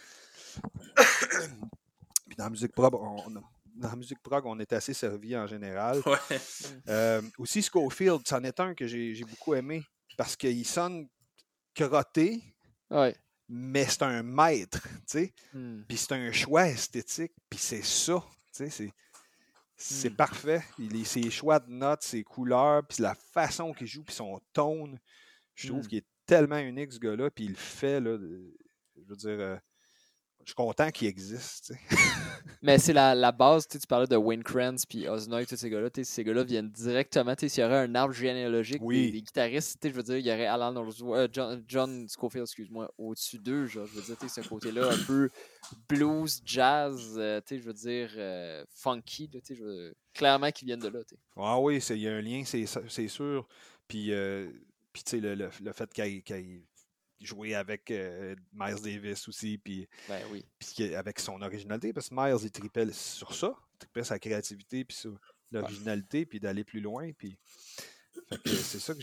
Puis dans la musique prog, on est assez servi en général. Ouais. Aussi, Scofield, c'en est un que j'ai beaucoup aimé parce qu'il sonne crotté, mais c'est un maître, tu sais. Puis c'est un choix esthétique, puis c'est ça, tu sais, c'est parfait. Ses choix de notes, ses couleurs, puis la façon qu'il joue, puis son tone, je trouve qu'il est tellement unique, ce gars-là, puis il le fait, là, je veux dire, je suis content qu'il existe. Mais c'est la base, tu parlais de Wayne Krantz puis Oznoy, tous ces gars-là. Ces gars-là viennent directement. S'il y aurait un arbre généalogique des guitaristes, je veux dire, il y aurait Alan John Scofield, excuse-moi, au-dessus d'eux. Je veux dire, ce côté-là un peu blues, jazz, je veux dire, funky, clairement qu'ils viennent de là. Ah oui, il y a un lien, c'est sûr. Puis, tu sais, le fait qu'il jouer avec Miles Davis aussi, puis avec son originalité, parce que Miles, il tripait sur ça, il tripait sa créativité, puis sur l'originalité, puis d'aller plus loin, puis fait que c'est ça que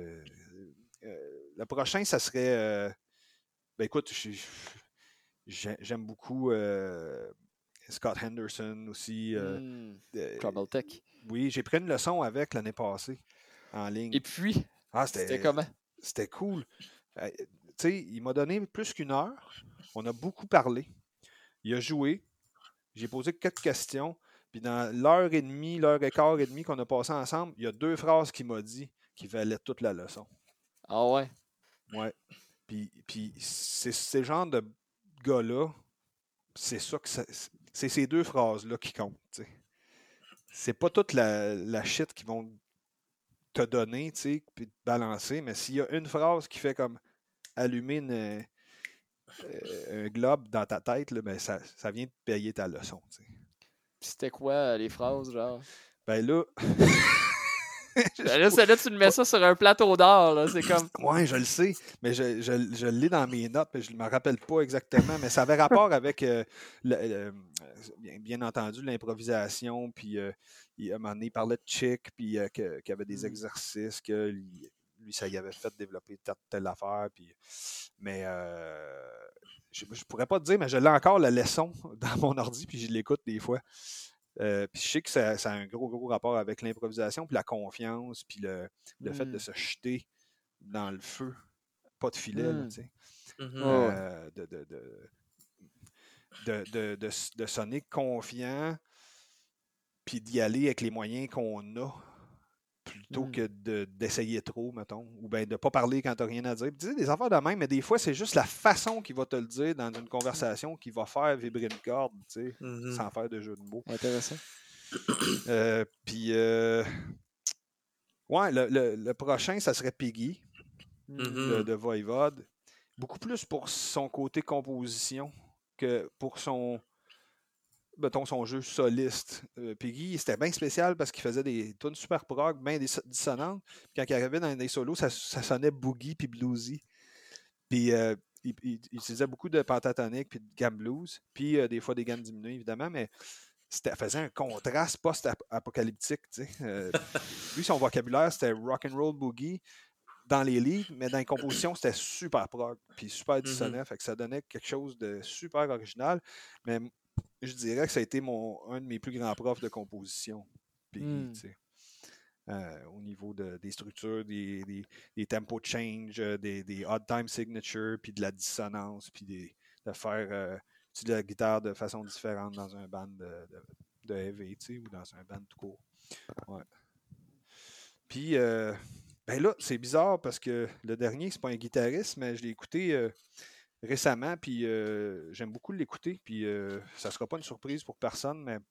le prochain, ça serait écoute, j'aime beaucoup Scott Henderson aussi. Trouble Tech. Oui, j'ai pris une leçon avec l'année passée en ligne. Et puis, c'était comment? C'était cool. Tu sais, il m'a donné plus qu'une heure. On a beaucoup parlé. Il a joué. J'ai posé quelques questions. Puis dans l'heure et quart et demie qu'on a passé ensemble, il y a 2 phrases qu'il m'a dit qui valaient toute la leçon. Ah ouais? Ouais. Puis c'est ce genre de gars-là, c'est ça que c'est ces 2 phrases-là qui comptent. T'sais. C'est pas toute la shit qu'ils vont te donner, puis te balancer, mais s'il y a une phrase qui fait comme allumer un globe dans ta tête, là, ben ça vient de payer ta leçon. T'sais. C'était quoi les phrases, genre? Ben là... là, tu me mets ça sur un plateau d'or, là, c'est comme... Ouais, je le sais, mais je l'ai dans mes notes, mais je ne me rappelle pas exactement, mais ça avait rapport avec, bien entendu, l'improvisation, puis à un moment donné, il parlait de Chick, puis qu'il y avait des exercices, que lui, ça y avait fait développer telle affaire, puis... Mais je pourrais pas te dire, mais je l'ai encore la leçon dans mon ordi, puis je l'écoute des fois. Puis je sais que ça a un gros rapport avec l'improvisation, puis la confiance, puis le fait de se jeter dans le feu. Pas de filet, là, tu sais. De sonner confiant, puis d'y aller avec les moyens qu'on a, plutôt que d'essayer trop, mettons, ou bien de ne pas parler quand tu n'as rien à dire. Puis, tu sais, des affaires de même, mais des fois, c'est juste la façon qu'il va te le dire dans une conversation qui va faire vibrer une corde, tu sais, sans faire de jeu de mots. Intéressant. Puis, ouais, le prochain, ça serait Piggy, de Voivode. Beaucoup plus pour son côté composition que pour son jeu soliste. Piggy, c'était bien spécial parce qu'il faisait des tunes super prog, bien dissonantes. Puis quand il arrivait dans des solos, ça sonnait boogie puis bluesy. Puis il utilisait beaucoup de pentatonique puis de gamme blues, puis des fois des gammes diminuées, évidemment, mais ça faisait un contraste post-apocalyptique. Lui, son vocabulaire, c'était rock and roll boogie dans les livres, mais dans les compositions, c'était super prog, puis super dissonant, fait que ça donnait quelque chose de super original. Mais je dirais que ça a été un de mes plus grands profs de composition. Puis, au niveau des structures, des tempo change, des odd time signature, puis de la dissonance, puis de faire de la guitare de façon différente dans un band de heavy, ou dans un band tout court. Ouais. Puis, ben là, c'est bizarre parce que le dernier, c'est pas un guitariste, mais je l'ai écouté récemment, puis j'aime beaucoup l'écouter, puis ça sera pas une surprise pour personne, mais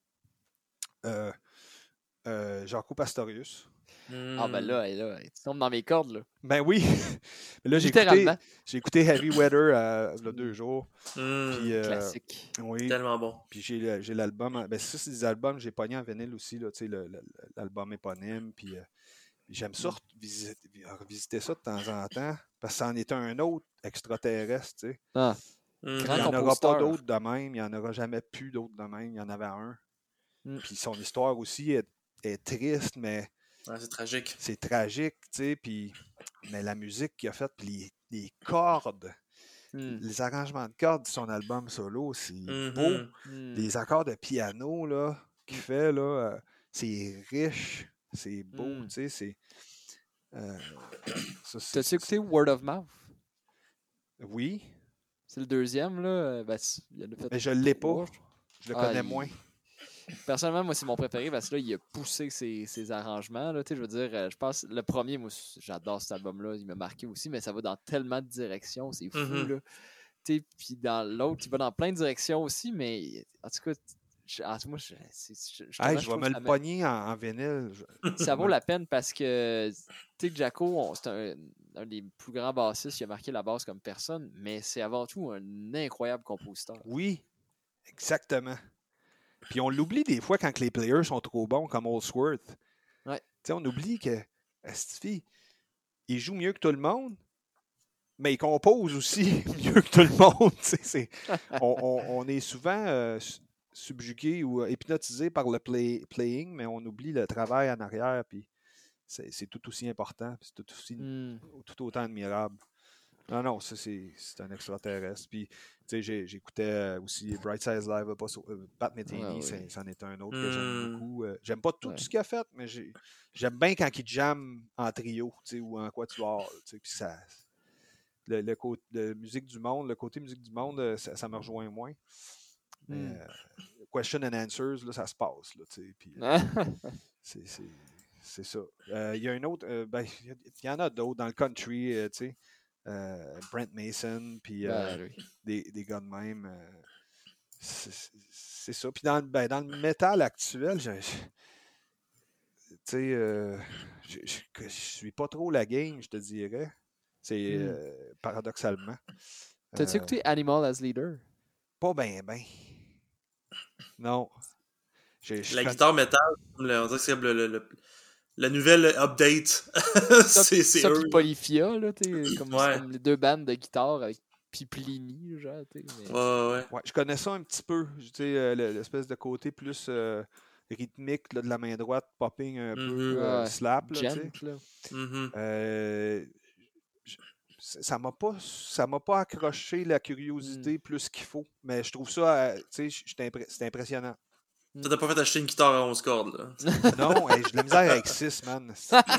Jaco Pastorius. Ah ben là, tu tombes dans mes cordes, là. Ben oui! Là, j'ai écouté Heavy Weather il y a 2 jours. Puis, classique. Oui. Tellement bon. Puis j'ai l'album. Ben ça, c'est des albums que j'ai pogné en vinyle aussi, là, l'album éponyme. Puis j'aime ça revisiter ça de temps en temps, parce que c'en est un autre extraterrestre, tu sais. Ah. Il n'y en aura pas d'autres de même, il n'y en aura jamais plus d'autres de même, il y en avait un. Puis son histoire aussi est triste, mais c'est tragique. C'est tragique, tu sais, puis mais la musique qu'il a faite, puis les cordes, les arrangements de cordes de son album solo, c'est beau. Les accords de piano, là, qu'il fait, là, c'est riche, c'est beau, tu sais, T'as-tu écouté Word of Mouth? Oui. C'est le deuxième, là. Mais je l'ai pas. Je le connais moins. Personnellement, moi, c'est mon préféré parce que là, il a poussé ses arrangements. Là, je veux dire, je pense le premier, moi, j'adore cet album-là. Il m'a marqué aussi, mais ça va dans tellement de directions. C'est fou, là. Puis dans l'autre, il va dans plein de directions aussi, mais en tout cas, moi, je vais me le pogner en vinyle. Ça vaut la peine parce que, tu sais, Jaco, c'est un des plus grands bassistes. Il a marqué la basse comme personne, mais c'est avant tout un incroyable compositeur. Oui, exactement. Puis on l'oublie des fois quand les players sont trop bons, comme Holsworth. Ouais. T'sais, on oublie que Stifi, il joue mieux que tout le monde, mais il compose aussi mieux que tout le monde. On est souvent subjugué ou hypnotisé par le playing, mais on oublie le travail en arrière. Puis c'est tout aussi important, c'est tout autant admirable. Non, ça, c'est un extraterrestre. Puis, tu sais, j'écoutais aussi Bright Size Live, Pat Metheny, c'en est un autre que j'aime beaucoup. J'aime pas tout ce qu'il a fait, mais j'aime bien quand il jamme en trio, tu sais, ou en quatuor, tu sais, puis ça... Le côté musique du monde, ça me rejoint moins. Mais, question and answers, là, ça se passe, là, tu sais, puis... c'est ça. Il y a un autre... il y en a d'autres dans le country, tu sais. Brent Mason, puis des gars de même. C'est ça. Puis dans le métal actuel, je suis pas trop la game, je te dirais. C'est paradoxalement. T'as-tu écouté Animal as Leader? Pas ben. Non. La guitare métal, on dirait que c'est la nouvelle update. c'est eux. Puis Polyphia, là, comme les deux bandes de guitare avec Piplini, genre, Ouais, je connais ça un petit peu. L'espèce de côté plus rythmique là, de la main droite, popping un peu, slap, là, ça m'a pas accroché la curiosité plus qu'il faut, mais je trouve ça, c'est impressionnant. Ça t'a pas fait acheter une guitare à 11 cordes, là. Non, hey, j'ai de la misère avec 6, man.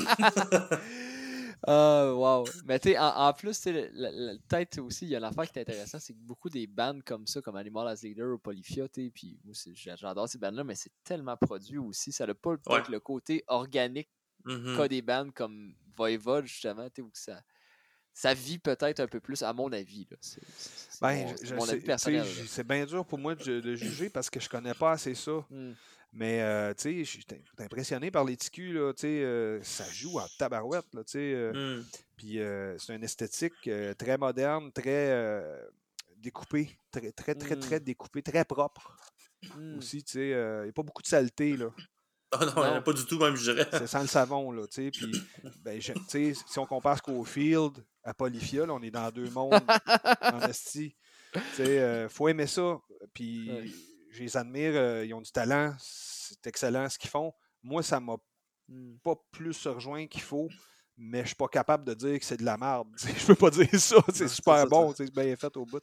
Wow. Mais tu sais, en plus, tu sais, peut-être aussi, il y a l'affaire qui est intéressante, c'est que beaucoup des bands comme ça, comme Animal as Leader ou Polyphia, tu sais, puis moi, j'adore ces bands-là, mais c'est tellement produit aussi. Ça n'a pas Ouais. peut-être le côté organique Mhm. qu'a des bands comme Voivod, justement, tu sais, où ça vit peut-être un peu plus, à mon avis. Là. C'est Ben, mon avis personnel. c'est bien dur pour moi de juger parce que je connais pas assez ça. Mais, tu sais, je suis impressionné par les ticus, là, tu sais, ça joue en tabarouette, là, tu sais. Puis, c'est une esthétique très moderne, très découpée, très découpée, très propre aussi, tu sais. Il n'y a pas beaucoup de saleté, là. Ah non, il n'y en a pas du tout, même, je dirais. C'est sans le savon, là, tu sais. Puis, ben, tu sais, si on compare Scofield à Polyphia, là, on est dans deux mondes en esti. Tu sais, faut aimer ça. Puis, je les admire, ils ont du talent, c'est excellent ce qu'ils font. Moi, ça m'a pas plus rejoint qu'il faut, mais je suis pas capable de dire que c'est de la merde. Je peux pas dire ça, c'est super bon, c'est bien fait au bout.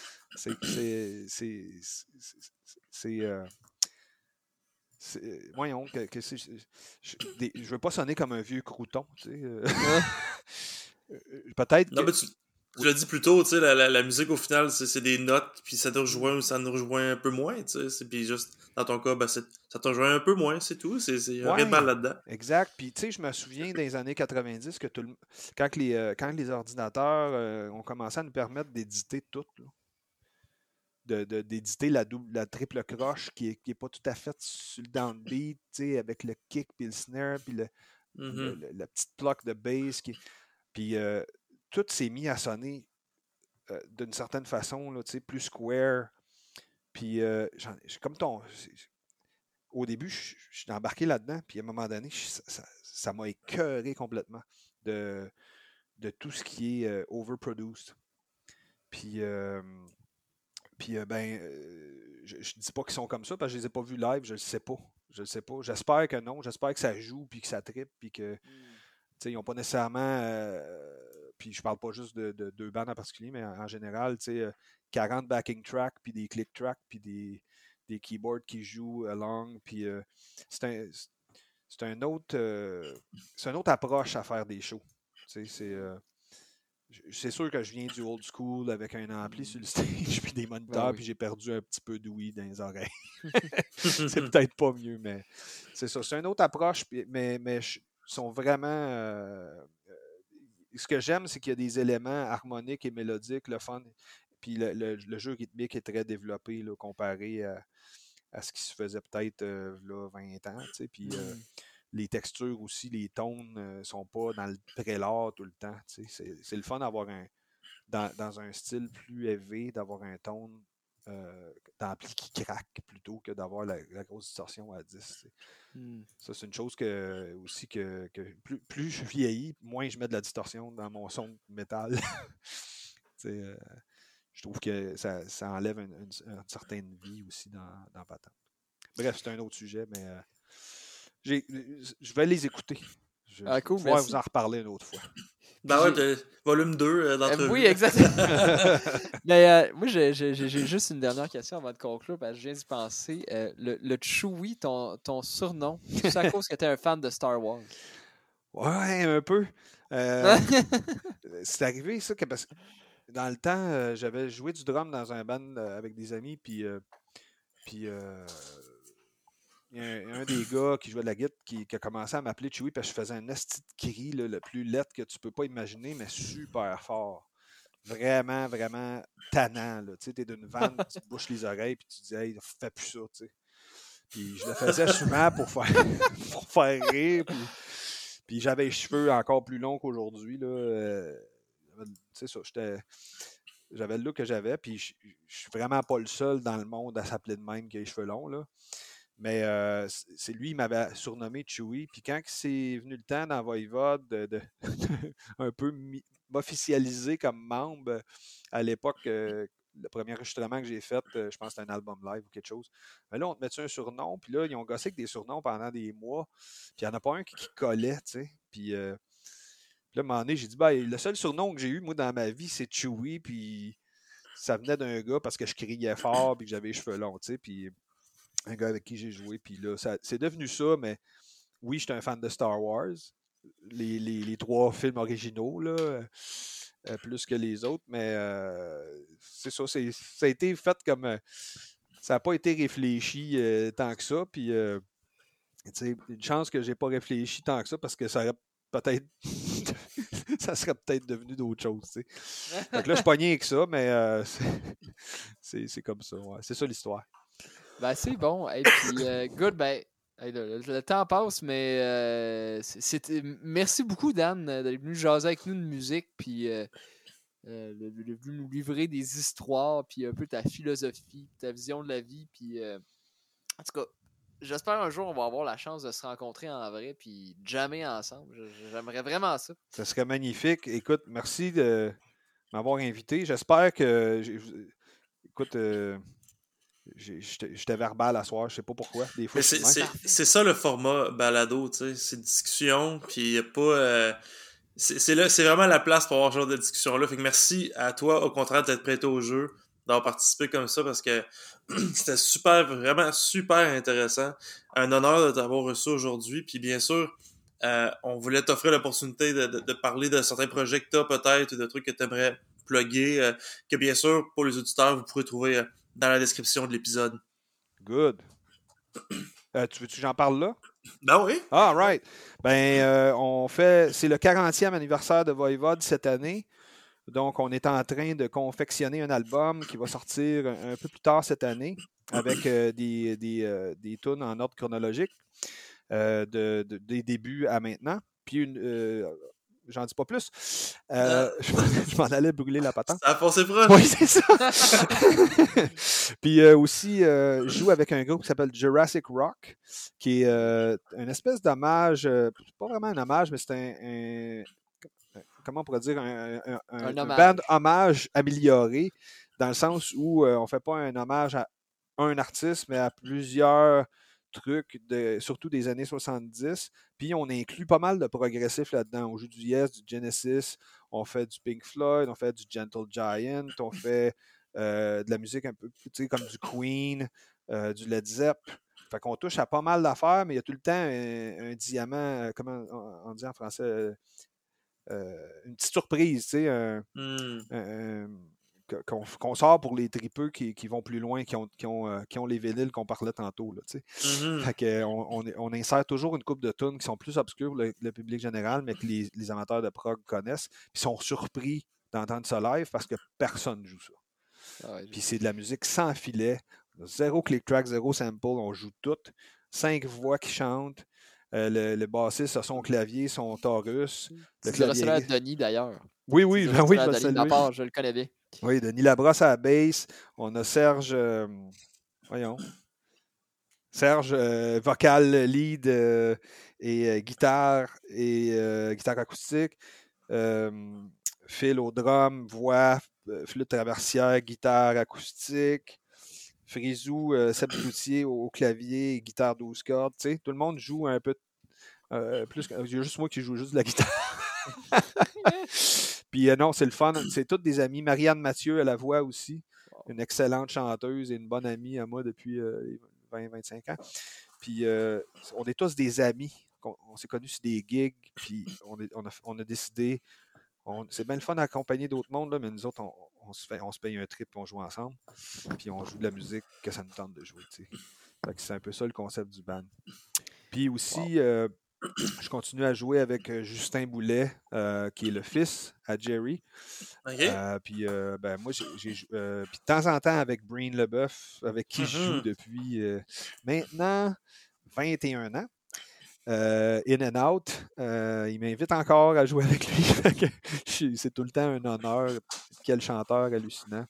Voyons, je veux pas sonner comme un vieux crouton, tu sais. Peut-être Non, que... mais tu l'as dit plus tôt, tu sais, la musique, au final, c'est des notes, puis ça te rejoint ou ça nous rejoint un peu moins, tu sais. Puis juste, dans ton cas, ben, ça te rejoint un peu moins, c'est tout. C'est un rythme là-dedans. Exact. Puis, tu sais, je me souviens des années 90 que quand les ordinateurs ont commencé à nous permettre d'éditer tout, là, d'éditer la triple croche qui est pas tout à fait sur le downbeat, tu sais, avec le kick, puis le snare, puis la petite bloc de bass. Puis tout s'est mis à sonner d'une certaine façon, là, tu sais, plus square. Puis comme au début, je suis embarqué là-dedans, puis à un moment donné, ça m'a écœuré complètement de tout ce qui est overproduced. Puis ben, je dis pas qu'ils sont comme ça parce que je les ai pas vus live, je le sais pas. Je le sais pas. J'espère que non. J'espère que ça joue, puis que ça trippe, puis que ils n'ont pas nécessairement. Puis je parle pas juste de deux bandes en particulier, mais en général, 40 backing tracks, puis des click tracks, puis des keyboards qui jouent along. Puis c'est une autre approche à faire des shows. C'est sûr que je viens du old school avec un ampli sur le stage puis des moniteurs, puis j'ai perdu un petit peu d'ouïe dans les oreilles. C'est peut-être pas mieux, mais c'est ça. C'est une autre approche, mais ils sont vraiment. Ce que j'aime, c'est qu'il y a des éléments harmoniques et mélodiques, le fun. Puis le jeu rythmique est très développé là, comparé à ce qui se faisait peut-être là, 20 ans. Puis les textures aussi, les tones sont pas dans le prélat tout le temps. C'est le fun d'avoir dans un style plus élevé, d'avoir un tone d'ampli qui craque plutôt que d'avoir la grosse distorsion à 10. Ça, c'est une chose aussi que plus je vieillis, moins je mets de la distorsion dans mon son métal. Je trouve que ça enlève une certaine vie aussi dans Patente. Bref, c'est un autre sujet, mais je vais les écouter. Je vais pouvoir vous en reparler une autre fois. Ben ouais, volume 2 d'entrevue. Oui, exactement. Mais moi, j'ai juste une dernière question avant de conclure, parce que je viens d'y penser. Le Chewie, ton surnom, c'est à cause que tu es un fan de Star Wars? Ouais, un peu. C'est arrivé, ça, que parce que dans le temps, j'avais joué du drum dans un band avec des amis, puis il y a un des gars qui jouait de la guitare qui a commencé à m'appeler Chewie parce que je faisais un esti de cri le plus laid que tu peux pas imaginer, mais super fort. Vraiment, vraiment tannant. Tu sais, t'es d'une vanne, tu te bouches les oreilles puis tu dis hey, fais plus ça, tu sais. Puis je le faisais souvent pour faire rire. Puis j'avais les cheveux encore plus longs qu'aujourd'hui. C'est ça, j'avais le look que j'avais, puis je suis vraiment pas le seul dans le monde à s'appeler de même qui a les cheveux longs, là. Mais c'est lui, il m'avait surnommé Chewie. Puis quand c'est venu le temps dans Voivod de un peu m'officialiser comme membre, à l'époque, le premier enregistrement que j'ai fait, je pense que c'était un album live ou quelque chose. Mais là, on te mettait un surnom. Puis là, ils ont gossé avec des surnoms pendant des mois. Puis il n'y en a pas un qui collait, tu sais. Puis là, à un moment donné, j'ai dit, le seul surnom que j'ai eu, moi, dans ma vie, c'est Chewie. Puis ça venait d'un gars parce que je criais fort puis que j'avais les cheveux longs, tu sais. Puis un gars avec qui j'ai joué. Puis là, c'est devenu ça, mais oui, j'étais un fan de Star Wars. Les 3 films originaux, là, plus que les autres, mais c'est ça, ça a été fait comme... ça n'a pas été réfléchi tant que ça, puis une chance que j'ai pas réfléchi tant que ça, parce que ça aurait peut-être... ça serait peut-être devenu d'autres choses, tu sais. Fait que là, je suis pogné avec ça, mais c'est comme ça, ouais. C'est ça l'histoire. Ben, c'est bon. Et puis, good, ben, hey, le temps passe, mais merci beaucoup, Dan, d'être venu jaser avec nous de musique, puis de venu nous livrer des histoires, puis un peu ta philosophie, ta vision de la vie, puis en tout cas, j'espère un jour on va avoir la chance de se rencontrer en vrai, puis de jammer ensemble. J'aimerais vraiment ça. Ça serait magnifique. Écoute, merci de m'avoir invité. J'espère que... Écoute... J'étais verbal à soir, je sais pas pourquoi. Des fois, Mais je suis c'est ça le format balado, tu sais. C'est une discussion, puis y a pas. C'est vraiment la place pour avoir ce genre de discussion-là. Fait que merci à toi, au contraire, d'être prêté au jeu, d'avoir participé comme ça, parce que c'était vraiment super intéressant. Un honneur de t'avoir reçu aujourd'hui. Puis bien sûr, on voulait t'offrir l'opportunité de parler de certains projets que t'as peut-être, ou de trucs que t'aimerais plugger, que bien sûr, pour les auditeurs, vous pourrez trouver dans la description de l'épisode. good. Tu veux-tu que j'en parle là? Ben oui. Ah, right. C'est le 40e anniversaire de Voivod cette année. Donc, on est en train de confectionner un album qui va sortir un peu plus tard cette année avec des tunes en ordre chronologique des débuts à maintenant. Puis, j'en dis pas plus. Je m'en allais brûler la patente. Ça a foncé proche. Oui, c'est ça. Puis aussi, je joue avec un groupe qui s'appelle Jurassic Rock, qui est une espèce d'hommage, pas vraiment un hommage, mais c'est comment on pourrait dire, un band hommage amélioré, dans le sens où on ne fait pas un hommage à un artiste, mais à plusieurs trucs, surtout des années 70. Puis on inclut pas mal de progressifs là-dedans. On joue du Yes, du Genesis, on fait du Pink Floyd, on fait du Gentle Giant, on fait de la musique un peu, tu sais, comme du Queen, du Led Zepp. Fait qu'on touche à pas mal d'affaires, mais il y a tout le temps un diamant, comment on dit en français, une petite surprise, tu sais, qu'on sort pour les tripeux qui vont plus loin, qui ont les vinyles qu'on parlait tantôt. Là, fait que, on insère toujours une coupe de tunes qui sont plus obscures pour le public général, mais que les amateurs de prog connaissent, puis sont surpris d'entendre ça live parce que personne ne joue ça. Ah ouais, puis c'est de la musique sans filet, zéro click track, zéro sample, on joue tout, 5 voix qui chantent. Le bassiste a son clavier, son Taurus. Le clavier à Denis, d'ailleurs. Oui, oui, je vais saluer. Je le connais bien. Oui, Denis Labrosse à la bass. On a Serge, Serge, vocal lead et guitare acoustique. Phil au drum, voix, flûte traversière, guitare acoustique. Frisou, Seb Cloutier au clavier, guitare 12 cordes. Tu sais, tout le monde joue un peu plus. Il y a juste moi qui joue juste de la guitare. Puis non, c'est le fun. C'est tous des amis. Marianne Mathieu à la voix aussi. Une excellente chanteuse et une bonne amie à moi depuis 20-25 ans. Puis on est tous des amis. On s'est connus sur des gigs. Puis on a décidé. C'est bien le fun d'accompagner d'autres mondes, là, mais nous autres, on se paye un trip et on joue ensemble. Puis on joue de la musique que ça nous tente de jouer. Fait que c'est un peu ça le concept du band. Puis aussi, je continue à jouer avec Justin Boulet, qui est le fils à Jerry. Okay. Puis moi, puis de temps en temps avec Breen Leboeuf, avec qui je joue depuis maintenant 21 ans. In and Out. Il m'invite encore à jouer avec lui. C'est tout le temps un honneur. Quel chanteur hallucinant.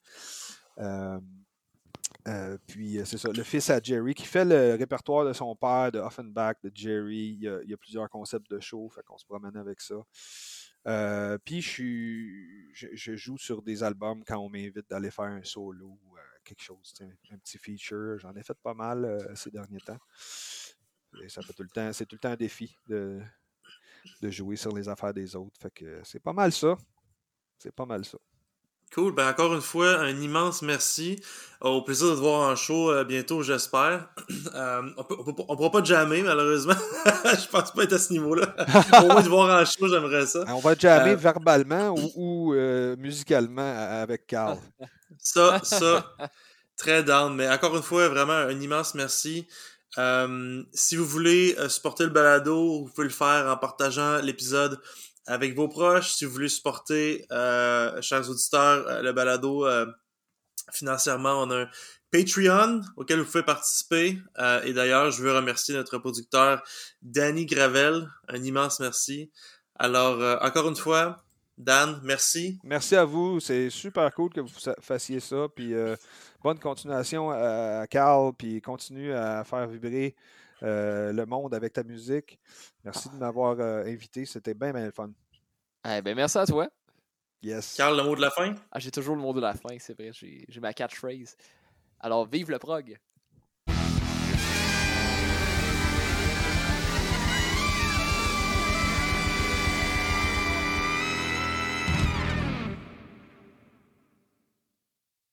Puis c'est ça, le fils à Jerry qui fait le répertoire de son père, de Offenbach, de Jerry. Il y a plusieurs concepts de show, fait qu'on se promène avec ça. Puis je joue sur des albums quand on m'invite d'aller faire un solo ou quelque chose, un petit feature. J'en ai fait pas mal ces derniers temps. Et ça fait c'est tout le temps un défi de jouer sur les affaires des autres. Fait que c'est pas mal ça. C'est pas mal ça. Cool. Ben, encore une fois, un immense merci. Au plaisir de te voir en show bientôt, j'espère. On pourra pas jammer, malheureusement. Je pense pas être à ce niveau-là. Au moins, te voir en show, j'aimerais ça. On va jammer verbalement ou musicalement avec Carl. Ça, très down. Mais encore une fois, vraiment un immense merci. Si vous voulez supporter le balado, vous pouvez le faire en partageant l'épisode avec vos proches. Si vous voulez supporter, chers auditeurs, le balado financièrement, on a un Patreon auquel vous pouvez participer. Et d'ailleurs, je veux remercier notre producteur Danny Gravel. Un immense merci. Alors, encore une fois, Dan, merci. Merci à vous. C'est super cool que vous fassiez ça. Puis bonne continuation à Carl. Puis continue à faire vibrer le monde avec ta musique. Merci de m'avoir invité. C'était bien, bien le fun. Ben, merci à toi. Yes. Carl, le mot de la fin? J'ai toujours le mot de la fin, c'est vrai. J'ai ma catchphrase. Alors, vive le prog!